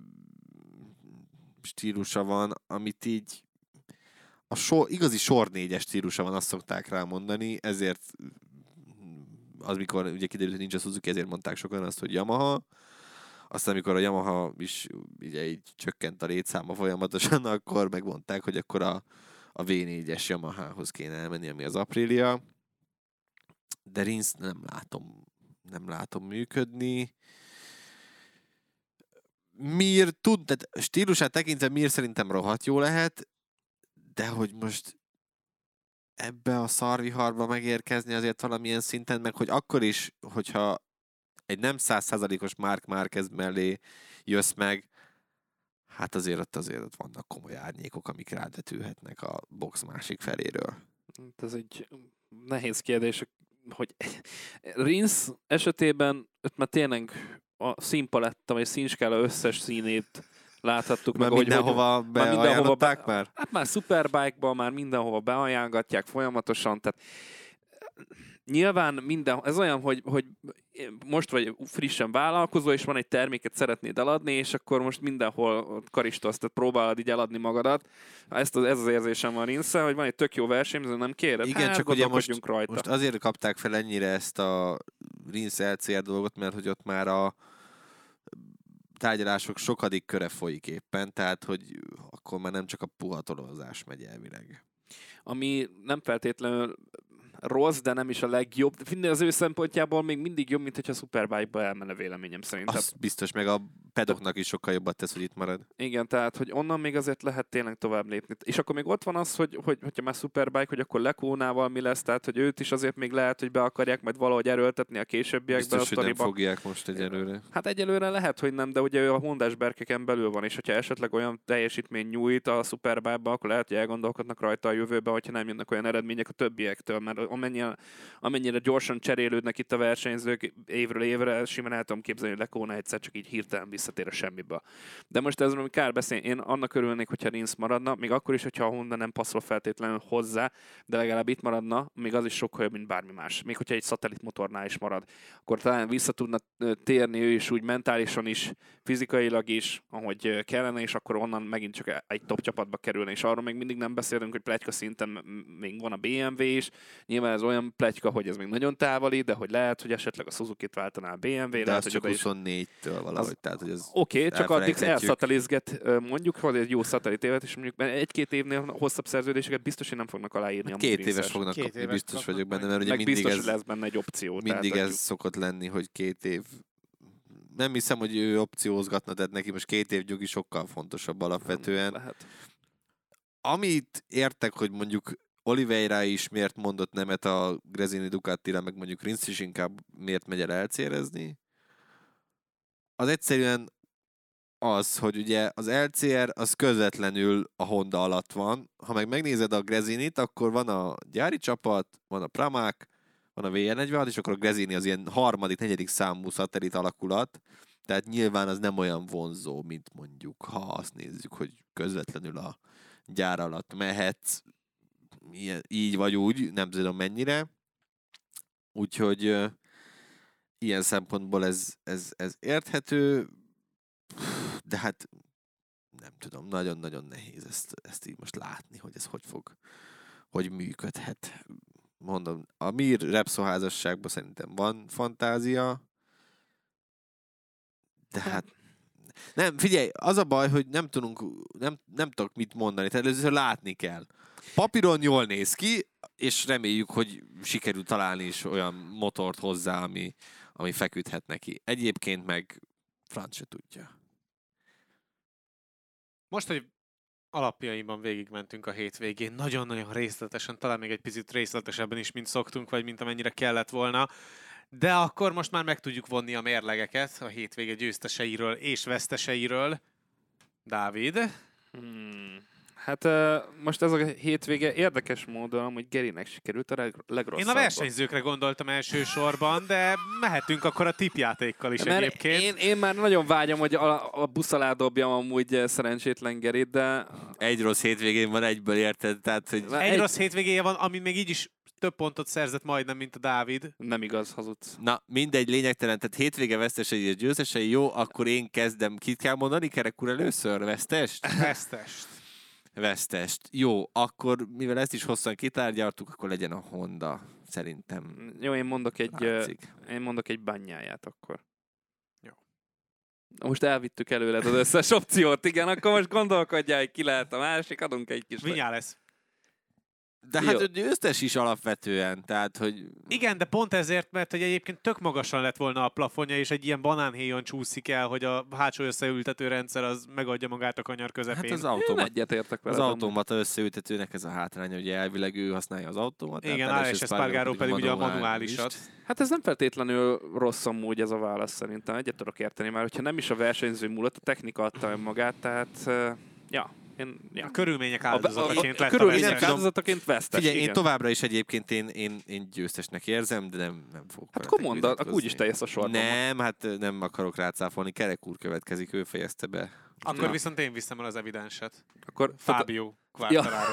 stílusa van, amit így a sor, igazi sor négyes stílusa van, azt szokták rá mondani, ezért az, mikor ugye kiderült, hogy nincs a Suzuki, ezért mondták sokan azt, hogy Yamaha. Aztán, amikor a Yamaha is ugye így csökkent a létszáma folyamatosan, akkor megmondták, hogy akkor a, a vé négyes Yamahához kéne elmenni, ami az Aprilia. De Rins nem látom, nem látom működni. Mir tud, tehát stílusát tekintve Mir szerintem rohadt jó lehet, de hogy most ebbe a szarviharba megérkezni azért valamilyen szinten, meg hogy akkor is, hogyha egy nem száz százalékos Marc Márquez mellé jössz meg, hát azért ott azért ott vannak komoly árnyékok, amik rádvetülhetnek a box másik feléről. Ez egy nehéz kérdés, hogy Rins esetében ott már tényleg a színpaletta, vagy színskála összes színét láthattuk Mert meg, hogy mindenhova hogy, már mindenhova beajánlották be, már? Hát már Superbike-ban már mindenhova beajánlgatják folyamatosan, tehát nyilván minden, ez olyan, hogy, hogy most vagy frissen vállalkozó, és van egy terméket szeretnéd eladni, és akkor most mindenhol karistolsz, tehát próbálod így eladni magadat. Ezt az, ez az érzésem van Rinsszel, hogy van egy tök jó versenyző, nem kéred? Igen, hát, csak ugye most, rajta. most azért kapták fel ennyire ezt a Rins el cé er dolgot, mert hogy ott már a tárgyalások sokadik köre folyik éppen, tehát hogy akkor már nem csak a puhatolózás megy elvileg. Ami nem feltétlenül rossz, de nem is a legjobb. Minden az ő szempontjából még mindig jobb, mint hogyha Superbike-ba elmenne véleményem szerint. Az biztos, meg a pedoknak is sokkal jobbat tesz, hogy itt marad. Igen, tehát, hogy onnan még azért lehet tényleg tovább lépni. És akkor még ott van az, hogy, hogy hogyha már Superbike, hogy akkor Lecónával mi lesz, tehát, hogy őt is azért még lehet, hogy be akarják majd valahogy erőltetni a későbbiekben. Biztos, a hogy nem sztoriba. fogják most egyelőre. Hát egyelőre lehet, hogy nem, de ugye ő a Hondás berkeken belül van, és hogyha esetleg olyan teljesítmény nyújt a Superbike-ba, akkor lehet, hogy elgondolkodnak rajta a jövőben, hogyha nem jönnek olyan eredmények a többiektől, mert amennyire, amennyire gyorsan cserélődnek itt a versenyzők évről évre, simán el tudom képzelni, hogy Lecona egyszer csak így hirtelen visszatér a semmibe. De most ezről még kár beszélni. Én annak örülnék, hogyha Rins maradna, még akkor is, hogyha a Honda nem passzol feltétlenül hozzá, de legalább itt maradna, még az is sokkal jobb, mint bármi más. Még hogyha egy szatellitmotornál is marad, akkor talán vissza tudna térni ő is úgy mentálisan is, fizikailag is, ahogy kellene, és akkor onnan megint csak egy top csapatba kerülne. És arról még mindig nem beszélünk, hogy pletyka szinten még van a bé em vé is. Nyilván ez olyan pletyka, hogy ez még nagyon távoli, de hogy lehet, hogy esetleg a Suzuki-t váltaná a bé em vé. De lehet, az hogy csak oda is... huszonnégytől valahogy, az... tehát hogy ez Oké, okay, csak addig elfelejthetjük. elszatellizget, mondjuk, hogy egy jó szatellit évet, és mondjuk egy-két évnél hosszabb szerződéseket biztos, hogy nem fognak aláírni. Hát a két Rinses. éves fognak Két kapni, éves biztos kapnak vagyok benne, majd. mert ugye Meg mindig biztos, ez, hogy lesz benne egy opció. mindig tehát, ez szokott lenni, hogy két év. Nem hiszem, hogy ő opciózgatna, tehát neki most két év nyugi sokkal fontosabb alapvetően. Lehet. Amit értek, hogy mondjuk Oliveira is miért mondott nemet a Gresini Ducatira, meg mondjuk Rins is inkább miért megy el elcérezni. Az egyszerűen az, hogy ugye az el cé er az közvetlenül a Honda alatt van. Ha meg megnézed a Gresinit, akkor van a gyári csapat, van a Pramac, van a vé negyvenhat, és akkor a Gresini az ilyen harmadik, negyedik számú szatellit alakulat. Tehát nyilván az nem olyan vonzó, mint mondjuk, ha azt nézzük, hogy közvetlenül a gyár alatt mehetsz, ilyen, így vagy úgy, nem tudom mennyire. Úgyhogy uh, ilyen szempontból ez, ez, ez érthető, de hát nem tudom, nagyon-nagyon nehéz ezt, ezt így most látni, hogy ez hogy fog, hogy működhet. Mondom, a Mir Repsol házasságban szerintem van fantázia, de hát nem, figyelj, az a baj, hogy nem tudunk, nem, nem tudok mit mondani, tehát először látni kell. Papíron jól néz ki, és reméljük, hogy sikerül találni is olyan motort hozzá, ami, ami feküdhet neki. Egyébként meg franc se tudja. Most, hogy alapjaiban végigmentünk a hétvégén, nagyon-nagyon részletesen, talán még egy picit részletesebben is, mint szoktunk, vagy mint amennyire kellett volna, de akkor most már meg tudjuk vonni a mérlegeket a hétvége győzteseiről és veszteseiről. Dávid? Hmm. Hát uh, most ez a hétvége érdekes módon, hogy Gerinek sikerült a leg- legrosszabb. Én a versenyzőkre gondoltam elsősorban, de mehetünk akkor a tippjátékkal is Mert egyébként. Én, én már nagyon vágyom, hogy a, a busz alá dobjam amúgy szerencsétlen Gerit, de... Egy rossz hétvégén van egyből, érted? Tehát, hogy... Egy, egy... rossz hétvégéje van, ami még így is több pontot szerzett majdnem, mint a Dávid. Nem igaz, hazudsz. Na, mindegy, lényegtelen, tehát hétvége vesztesei és győztesei, jó, akkor én kezdem. Kit kell mondani, Kerek úr, először? Vesztest? Vesztest. Vesztest. Jó, akkor mivel ezt is hosszan kitárgyaltuk, akkor legyen a Honda, szerintem. Jó, én mondok egy, látszik. én mondok egy bányáját akkor. Jó. Most elvittük előled az összes opciót, igen, akkor most gondolkodjál, hogy ki lehet a másik, adunk egy kis... Vinyá lesz. De hát ő győztes is alapvetően, tehát, hogy... Igen, de pont ezért, mert hogy egyébként tök magasan lett volna a plafonja, és egy ilyen banánhéjon csúszik el, hogy a hátsó összeültető rendszer az megadja magát a kanyar közepén. Hát az Én automat, egyetértek az veled. automata összeültetőnek ez a hátránya, ugye elvileg ő használja az automatát. Igen, Alex Espargaró pedig ugye a manuálisat. Hát ez nem feltétlenül rossz amúgy ez a válasz szerintem, egyet tudok érteni, mert hogyha nem is a versenyző múlott, a technika adta magát, tehát ja. Én, ja. A körülmények A, a, áldozataként a, lett a a körülmények verseny. áldozataként vesztes. Figyelj, igen. én továbbra is egyébként én, én, én győztesnek érzem, de nem, nem fogok. Hát akkor mondd, akkor úgyis te jössz a sorban. Nem, hát nem akarok rácáfolni. Kerek úr következik, ő fejezte be. Akkor Na. viszont én viszem el az evidenset. Akkor Fábio Quartararo.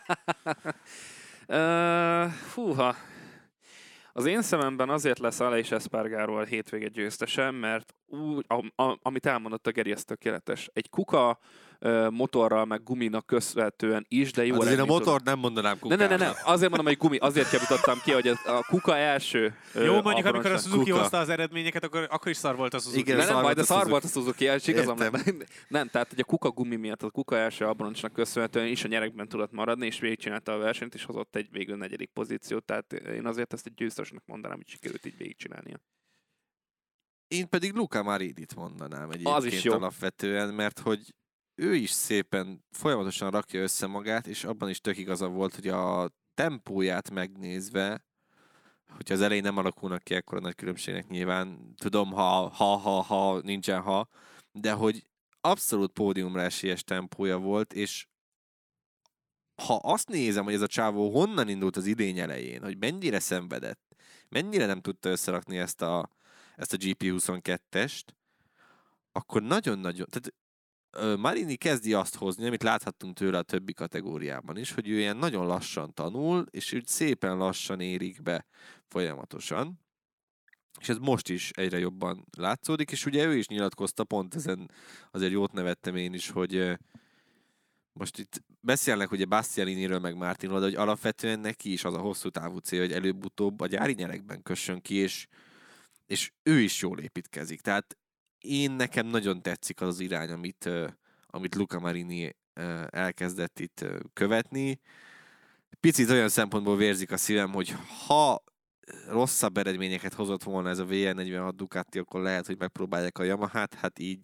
uh, húha. Az én szememben azért lesz Alex Espargaró a hétvége győztese, mert úgy, a, a, amit elmondott a Geri, ez tökéletes. Egy kuka uh, motorral, meg guminak köszönhetően is, de jó Hát azért a eredményt motort nem mondanám Ne, kukának. ne, ne, ne, azért mondom, hogy gumi, azért javítottam ki, hogy ez a kuka első. Jó, mondjuk, amikor a abroncsnak. Suzuki Kuka. hozta az eredményeket, akkor, akkor is szar volt a Suzuki. Igen, De szar nem, volt majd a a szar Suzuki. volt a Suzuki, és igazam Értem. nem. Nem, tehát hogy a kuka gumi miatt, a kuka első abroncsnak köszönhetően is a nyerekben tudott maradni, és végigcsinálta a versenyt, és hozott egy végül negyedik pozíciót, tehát én azért ezt egy győztesnek mondanám, hogy sikerült így végigcsinálnia. Én pedig Luca Marinit mondanám egyébként Az is jó. alapvetően, mert hogy ő is szépen folyamatosan rakja össze magát, és abban is tök igaza volt, hogy a tempóját megnézve, hogyha az elején nem alakulnak ki ekkora nagy különbségnek nyilván, tudom, ha, ha, ha, ha, nincsen ha, de hogy abszolút pódiumra esélyes tempója volt, és ha azt nézem, hogy ez a csávó honnan indult az idény elején, hogy mennyire szenvedett, mennyire nem tudta összerakni ezt a, ezt a gé pé huszonkettest, akkor nagyon-nagyon... Tehát Marini kezdi azt hozni, amit láthattunk tőle a többi kategóriában is, hogy ő ilyen nagyon lassan tanul, és úgy szépen lassan érik be folyamatosan. És ez most is egyre jobban látszódik, és ugye ő is nyilatkozta, pont ezen azért jót nevettem én is, hogy most itt beszélnek ugye Bastianiniről meg Martinról, de hogy alapvetően neki is az a hosszú távú cél, hogy előbb-utóbb a gyári nyerekben kössön ki, és, és ő is jól építkezik. Tehát én nekem nagyon tetszik az az irány, amit, uh, amit Luca Marini uh, elkezdett itt uh, követni. Picit olyan szempontból vérzik a szívem, hogy ha rosszabb eredményeket hozott volna ez a vé negyvenhat Ducati, akkor lehet, hogy megpróbálják a Yamahát, hát így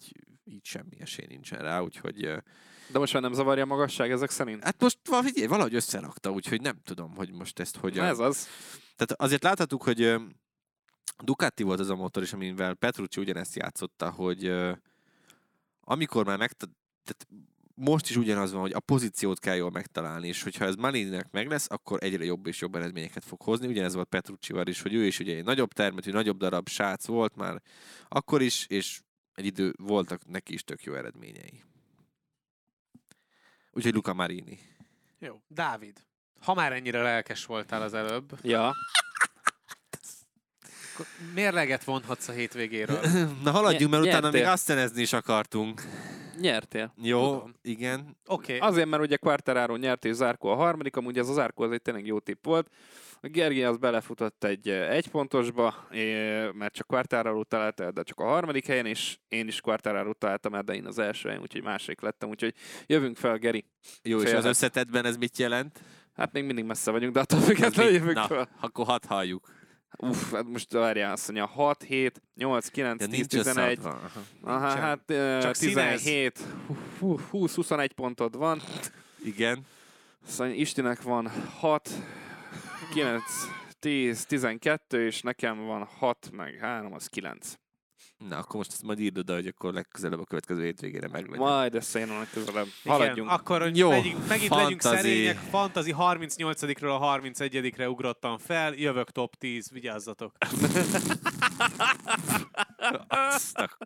így semmi esély nincsen rá, úgyhogy... De most már nem zavarja a magasság ezek szerint? Hát most valahogy, valahogy összerakta, úgyhogy nem tudom, hogy most ezt hogyan... Ez az. Tehát azért láthattuk, hogy Ducati volt az a motor is, amivel Petrucci ugyanezt játszotta, hogy amikor már meg... Tehát most is ugyanaz van, hogy a pozíciót kell jól megtalálni, és hogyha ez Marini-nek meg lesz, akkor egyre jobb és jobb eredményeket fog hozni. Ugyanez volt Petruccival is, hogy ő is ugye egy nagyobb termetű, nagyobb darab srác volt már akkor is, és egy idő voltak neki is tök jó eredményei. Úgyhogy Luca Marini. Jó. Dávid, ha már ennyire lelkes voltál az előbb, Ja. mérleget vonhatsz a hétvégéről. Na haladjunk, mert utána Nyertél. még azt szenezni is akartunk. Nyertél. Jó, Tudom. igen. Oké. Okay. Azért, mert ugye Quartararo nyert és Zarco a harmadik, amúgy ez a Zarco az egy tényleg jó tipp volt. A Gergely az belefutott egy egypontosba, mert csak Quartararo talált el, de csak a harmadik helyen, és én is Quartararo találtam el, de én az első helyen, úgyhogy második lettem, úgyhogy jövünk fel, Geri. Jó, és Félhet. az összetettben ez mit jelent? Hát még mindig messze vagyunk, de attól függetlenül jövünk Na, fel. akkor hadd halljuk. Uff, hát most várjál, azt mondja, hat, hét, nyolc, kilenc, Ja, tíz, nincs tizenegy, összeadva. Aha. aha, Nincsen. hát eh, Csak színez. tizenhét, húsz, huszonegy pontod van. Igen. Szóval Istinek van hat, kilenc, tíz, tizenkettő, és nekem van hat, meg három, az kilenc. Na, akkor most ezt majd írd oda, hogy akkor legközelebb a következő hétvégére meglegyen. Majd ezt én legközelebb. Igen, Haladjunk. akkor hogy Jó, megint, megint legyünk fantazi. szerények. Fantazi harmincnyolcadikról a harmincegyedikre ugrottam fel. Jövök top tíz, vigyázzatok. Azt a-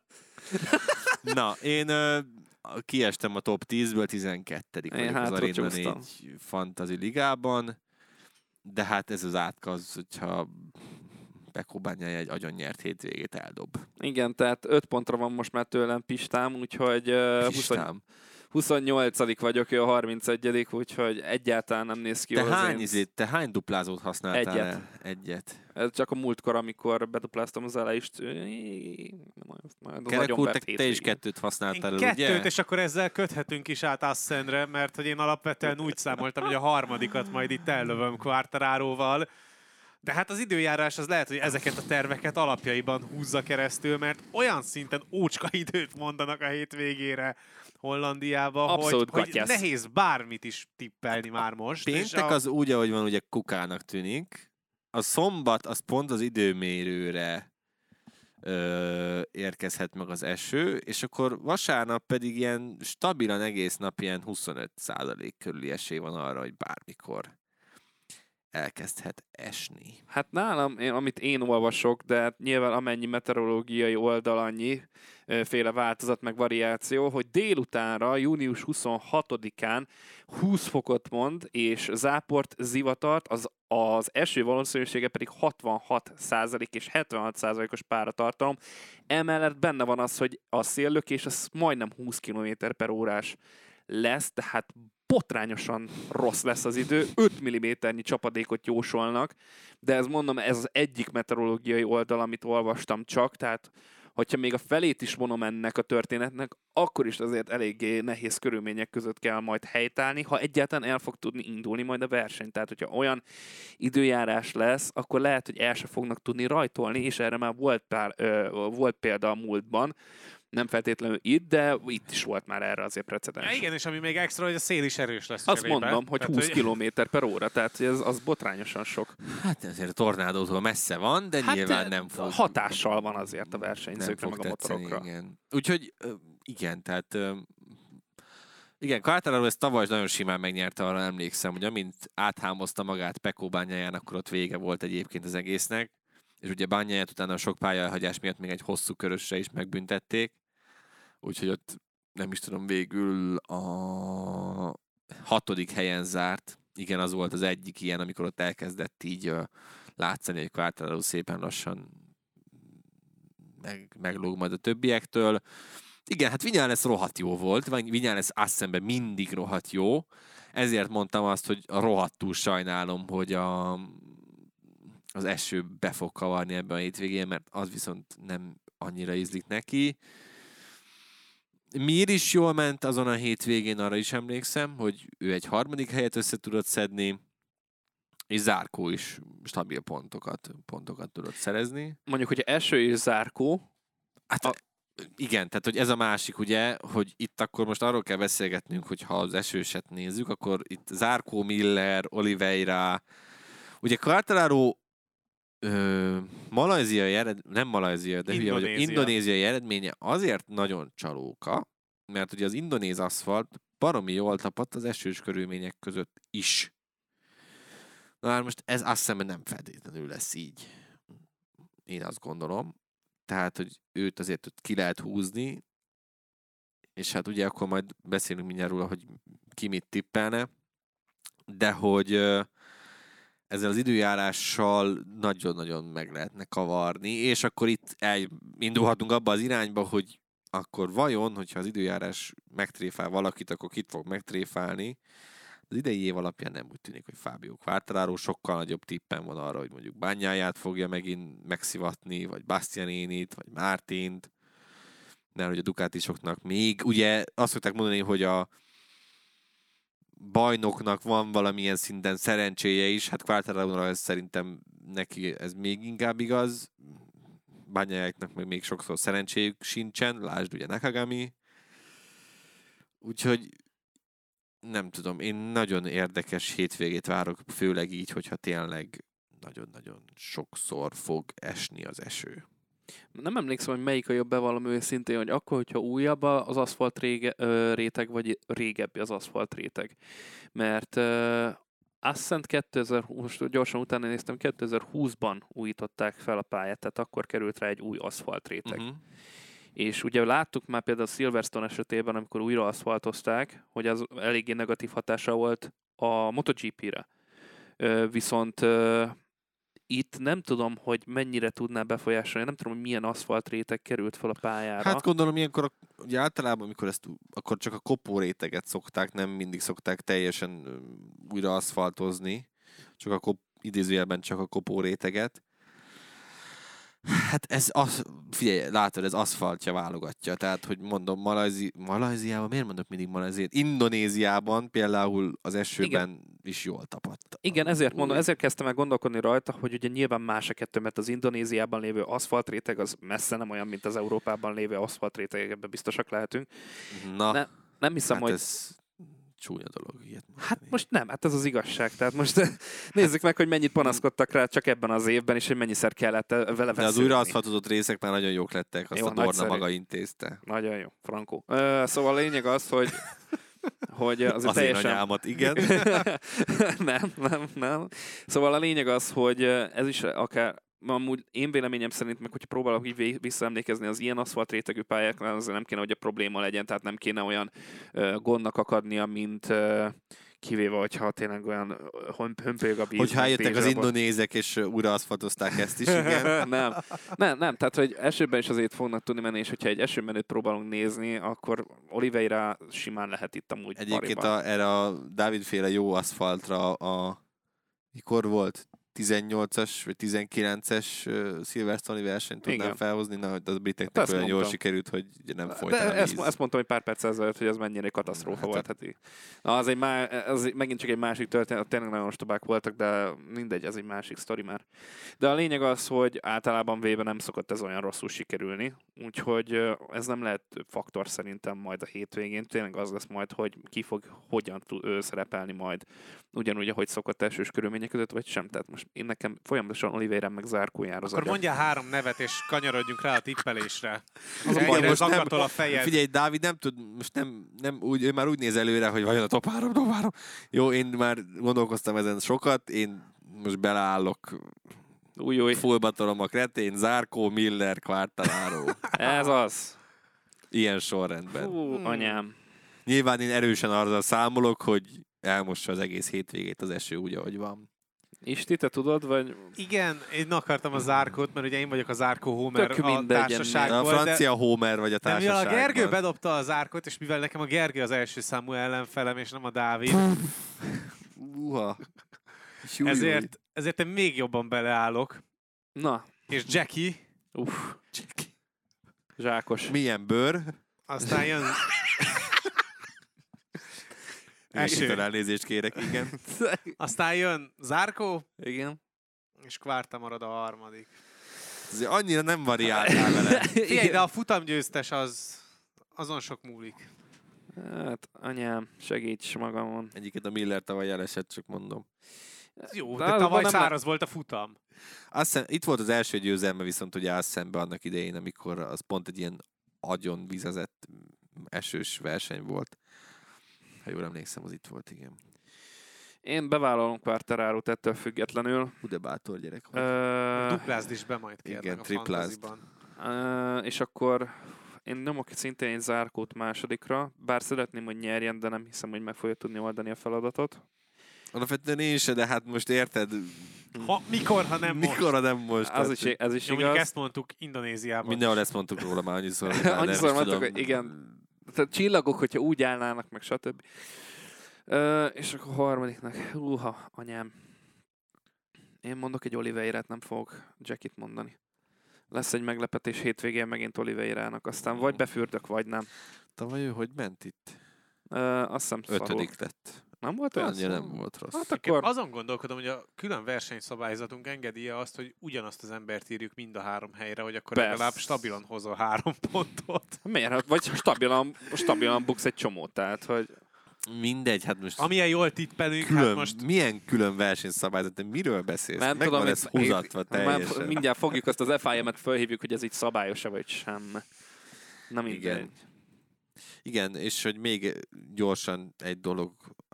Na, én ö, kiestem a top tízből, tizenkettedik Én vagyok az hátra Arena csúsztam. négy fantasy ligában, de hát ez az átkaz, hogyha Pecco Bagnaia egy agyon nyert hétvégét eldob. Igen, tehát öt pontra van most már tőlem Pistám, úgyhogy uh, Pistám. huszonnyolcadik vagyok, ő a harmincegyedik, úgyhogy egyáltalán nem néz ki Te jól az hány, én- izét, te hány duplázót használtál Egyet. el? Egyet. Ez csak a múltkor, amikor bedupláztam az elejést. Majd az Kerek nagyon úr, vert te, te is hétvégén. kettőt Én használtál el, kettőt, ugye? és akkor ezzel köthetünk is át Assenre, mert hogy én alapvetően úgy számoltam, hogy a harmadikat majd itt ellövöm Quartararóval. De hát az időjárás az lehet, hogy ezeket a terveket alapjaiban húzza keresztül, mert olyan szinten ócska időt mondanak a hétvégére Hollandiába, hogy, Abszolút hogy gatyász. nehéz bármit is tippelni már most. és Péntek a... az úgy, ahogy van, ugye kukának tűnik. A szombat az pont az időmérőre ö, érkezhet meg az eső, és akkor vasárnap pedig ilyen stabilan egész nap ilyen huszonöt százalék körüli esély van arra, hogy bármikor elkezdhet esni. Hát nálam, én, amit én olvasok, de hát nyilván amennyi meteorológiai oldal annyi ö, féle változat meg variáció, hogy délutánra, június huszonhatodikán húsz fokot mond, és záport, zivatart, az, az eső valószínűsége pedig hatvanhat százalék és hetvenhat százalékos páratartalom. Emellett benne van az, hogy a széllökés az majdnem húsz kilométer per órás lesz, tehát botrányosan rossz lesz az idő, öt milliméternyi csapadékot jósolnak, de ez mondom, ez az egyik meteorológiai oldal, amit olvastam csak, tehát hogyha még a felét is vonom ennek a történetnek, akkor is azért eléggé nehéz körülmények között kell majd helytállni, ha egyáltalán el fog tudni indulni majd a verseny. Tehát, hogyha olyan időjárás lesz, akkor lehet, hogy el se fognak tudni rajtolni, és erre már volt, pár, ö, volt példa a múltban, nem feltétlenül itt, de itt is volt már erre azért precedens. Ja, igen, és ami még extra, hogy a szél is erős lesz. Azt cserébe. mondom, hogy Tehát, húsz kilométer per óra, tehát ez az botrányosan sok. Hát azért a tornádótól messze van, de Hát nyilván nem fog. hatással van azért a nem versenyzőkre, fog meg a tetszeni, motorokra. igen. Úgyhogy ö, igen, tehát ö, igen, Quartararo ezt tavaly nagyon simán megnyerte, arra emlékszem, hogy amint áthámozta magát Pecco Bagnaián, akkor ott vége volt egyébként az egésznek, és ugye Bagnaiát utána a sok pályaelhagyás miatt még egy hosszú körösre is megbüntették, úgyhogy ott nem is tudom, végül a hatodik helyen zárt. Igen, az volt az egyik ilyen, amikor ott elkezdett így ö, látszani, hogy Quartararo szépen lassan meg, meglóg majd a többiektől. Igen, hát Viñales rohadt jó volt, Viñales Assenben mindig rohadt jó, ezért mondtam azt, hogy rohadtul sajnálom, hogy a, az eső be fog kavarni ebben a hétvégén, mert az viszont nem annyira ízlik neki. Mir is jól ment azon a hétvégén, arra is emlékszem, hogy ő egy harmadik helyet össze tudott szedni, és Zarco is stabil pontokat, pontokat tudott szerezni. Mondjuk, hogyha eső és zárkó, Hát A- igen, tehát hogy ez a másik, ugye, hogy itt akkor most arról kell beszélgetnünk, hogy ha az esőset nézzük, akkor itt Zarco, Miller, Oliveira, ugye Quartararo ö, malajziai ered, nem malajziai, de hülye vagyok, indonéziai eredménye azért nagyon csalóka, mert ugye az indonéz aszfalt baromi jól tapadt az esős körülmények között is. Na már most ez azt hiszem, nem feltétlenül lesz így. Én azt gondolom. Tehát, hogy őt azért ott ki lehet húzni, és hát ugye akkor majd beszélünk mindjárt róla, hogy ki mit tippelne, de hogy ezzel az időjárással nagyon-nagyon meg lehetne kavarni, és akkor itt elindulhatunk abba az irányba, hogy akkor vajon, hogyha az időjárás megtréfál valakit, akkor kit fog megtréfálni. Az idei év alapján nem úgy tűnik, hogy Fábio Quartararo, sokkal nagyobb tippen van arra, hogy mondjuk Bagnáját fogja megint megszivatni, vagy Bastianinit, vagy Mártint, mert hogy a Ducatisoknak még, ugye azt szokták mondani, hogy a bajnoknak van valamilyen szinten szerencséje is, hát Quartararo-ra ez szerintem neki ez még inkább igaz, Bagnájáknak meg még sokszor szerencséjük sincsen, lásd ugye Nakagami, úgyhogy nem tudom, én nagyon érdekes hétvégét várok, főleg így, hogyha tényleg nagyon-nagyon sokszor fog esni az eső. Nem emlékszem, hogy melyik a jobb, bevallom őszintén, hogy akkor, hogyha újabb az aszfalt rége, ö, réteg, vagy régebbi az aszfalt réteg. Mert ö, azt hiszem kétezer-húsz, gyorsan utána néztem, kétezer-húszban újították fel a pályát, tehát akkor került rá egy új aszfalt réteg. Uh-huh. És ugye láttuk már például a Silverstone esetében, amikor újra aszfaltozták, hogy az eléggé negatív hatása volt a MotoGP-re. Viszont itt nem tudom, hogy mennyire tudná befolyásolni, nem tudom, hogy milyen aszfalt réteg került fel a pályára. Hát gondolom, ilyenkor ugye általában, amikor ezt, akkor csak a kopó réteget szokták, nem mindig szokták teljesen újra aszfaltozni, csak a kop, idézőjelben csak a kopó réteget. Hát ez, az, figyelj, látod, ez aszfaltja válogatja. Tehát, hogy mondom, Malajzi, Malajziában, miért mondok mindig Malajziát? Indonéziában például az esőben igen. is jól tapadt. Igen, ezért mondom, ezért kezdtem el gondolkodni rajta, hogy ugye nyilván más a kettő, mert az Indonéziában lévő aszfaltréteg az messze nem olyan, mint az Európában lévő aszfaltréteg, ebben biztosak lehetünk. Na, ne, nem hiszem, hát hogy... Ez... csúnya dolog ilyet mondani. Hát most nem, hát ez az igazság. Tehát most nézzük meg, hogy mennyit panaszkodtak rá csak ebben az évben, és hogy mennyiszer kellett vele veszélni. De az újraaszfaltozott részek már nagyon jók lettek, azt jó, a Dorna nagyszerű. Maga intézte. Nagyon jó, frankó. Uh, szóval a lényeg az, hogy hogy az azért teljesen... anyámat, igen. nem, nem, nem. Szóval a lényeg az, hogy ez is akár amúgy én véleményem szerint, meg hogyha próbálok így visszaemlékezni az ilyen aszfalt rétegű pályáknál, azért nem kéne, hogy a probléma legyen, tehát nem kéne olyan uh, gondnak akadnia, mint uh, kivéve, hogyha tényleg olyan hömpölyög a víz. Hogyha jöttek az indonézek, és újra aszfaltozták ezt is, igen. nem, nem, nem, tehát hogy esőben is azért fognak tudni menni, és hogyha egy esőmenőt próbálunk nézni, akkor Oliveira simán lehet itt amúgy egyébként a, erre a Dávid-féle jó aszfaltra a mikor volt? tizennyolcas vagy tizenkilences uh, Silverstone-i versenyt tudnám igen. felhozni, na, hogy az a briteknek olyan mondtam. Jól sikerült, hogy nem folyt el a víz. Ezt, ezt mondtam egy pár perc ezelőtt, hogy ez mennyire katasztrófa hát, volt. Hát, na, az, egy má, az megint csak egy másik történet, tényleg nagyon ostobák voltak, de mindegy, ez egy másik sztori már. De a lényeg az, hogy általában véve nem szokott ez olyan rosszul sikerülni, úgyhogy ez nem lehet faktor szerintem majd a hétvégén. Tényleg az lesz majd, hogy ki fog hogyan tud, ő, szerepelni majd ugyanúgy, ahogy szokott elsős körülmények között, vagy sem. Tehát most én nekem folyamatosan Oliveira meg Zarco jár az Akkor agyam. mondja három nevet, és kanyarodjunk rá a tippelésre. Az a baj, most nem, a fejed. Figyelj, Dávid nem tud, most nem, nem úgy, ő már úgy néz előre, hogy vajon a top három, top három. Jó, én már gondolkoztam ezen sokat, én most beleállok, új, új. fullbatolom a kretén, Zarco, Miller, Quartararo. Ez az. Ilyen sorrendben. Hú, hmm. anyám. Nyilván én erősen arra számolok, hogy elmossa az egész hétvégét az eső úgy, ahogy van. Isti, te tudod, vagy... Igen, én akartam a Zarcót, mert ugye én vagyok a Zarco Homer Tök a társaságból. A francia de... Homer vagy a társaságban. De mivel a Gergő bedobta a Zarcót, és mivel nekem a Gergő az első számú ellenfelem, és nem a Dávid. Uha. ezért, ezért én még jobban beleállok. Na. És Jackie. Uff. Jackie. Zsákos. Milyen bőr. Aztán jön... Eső. Elnézést kérek, igen. Aztán jön Zarco. Igen. És Quarta marad a harmadik. Azért annyira nem variáltál vele. Figyelj, de a futamgyőztes az azon sok múlik. Hát, anyám, segíts magamon. Egyiket a Miller tavaly elesett, csak mondom. Jó, De de az tavaly nem száraz volt a futam. Azt hiszem, itt volt az első győzelme viszont ugye azt szembe annak idején, amikor az pont egy ilyen agyon vizezett esős verseny volt. Ha jól emlékszem, az itt volt, igen. Én bevállalom Quartararo-t ettől függetlenül. Hú, de bátor gyerek vagy. Ö, Duplázd is be majd kérlek igen, a triplázd. fantaziban. ö, és akkor én nyomok szintén egy zárkót másodikra, bár szeretném, hogy nyerjen, de nem hiszem, hogy meg fogja tudni oldani a feladatot. Alapvetően én se, de hát most érted, Ha, mikor, ha nem most. mikor, ha nem most. Az is, ez is Jó, mondjuk igaz. ezt mondtuk Indonéziában. Mindenhol ezt mondtuk róla már annyiszor. hogy már Annyiszor nem is mondtuk, tudom. hogy igen. Tehát csillagok, hogyha úgy állnának, meg stb. Ö, és akkor harmadiknak, húha, anyám. Én mondok egy Oliveirát, nem fogok Jackit mondani. Lesz egy meglepetés hétvégén megint Oliveirának, aztán vagy befürdök, vagy nem. Tavaly ő hogy ment itt? Ö, azt hiszem szarul. Ötödik lett. Nem volt olyan Annyira szó? nem volt rossz. Hát Akkor... akkor Azon gondolkodom, hogy a külön versenyszabályzatunk engedi azt, hogy ugyanazt az embert írjuk mind a három helyre, hogy akkor Persze. legalább stabilan hozol három pontot. miért? Hát, vagy stabilan, stabilan buksz egy csomót, tehát, hogy Mindegy, hát most Amilyen jól tippelünk, külön, hát most milyen külön versenyszabályzat, te miről beszélsz? nem Meg tudom, van ez hogy- húzatva már teljesen. mindjárt fogjuk azt az ef i em-et, fölhívjuk, hogy ez így szabályos-e, vagy sem. Na mindegy. Igen. Igen, és hogy még gyorsan egy dolog,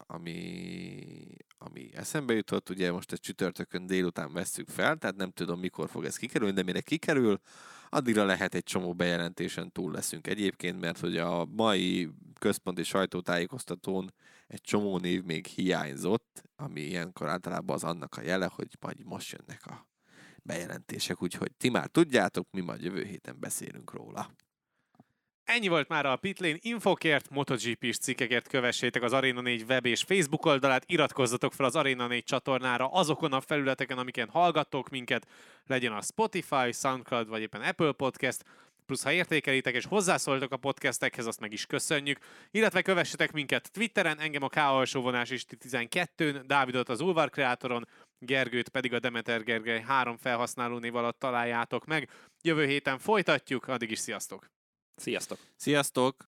ami, ami eszembe jutott, ugye most ezt csütörtökön délután vesszük fel, tehát nem tudom, mikor fog ez kikerülni, de mire kikerül, addigra lehet egy csomó bejelentésen túl leszünk egyébként, mert hogy a mai központi sajtótájékoztatón egy csomó név még hiányzott, ami ilyenkor általában az annak a jele, hogy majd most jönnek a bejelentések, úgyhogy ti már tudjátok, mi majd jövő héten beszélünk róla. ennyi volt már a Pitlane infokért, MotoGP-s cikkekért kövessétek az Arena négy web és Facebook oldalát, iratkozzatok fel az Arena négy csatornára azokon a felületeken, amiken hallgattok minket, legyen a Spotify, SoundCloud vagy éppen Apple Podcast, plusz ha értékelitek és hozzászóltok a podcastekhez, azt meg is köszönjük, illetve kövessetek minket Twitteren, engem a K alsó vonás is tizenkettőn, Dávidot az Ulvar Kreátoron, Gergőt pedig a Demeter Gergely három felhasználó név alatt találjátok meg. Jövő héten folytatjuk, addig is sziasztok! Sziasztok! Sziasztok!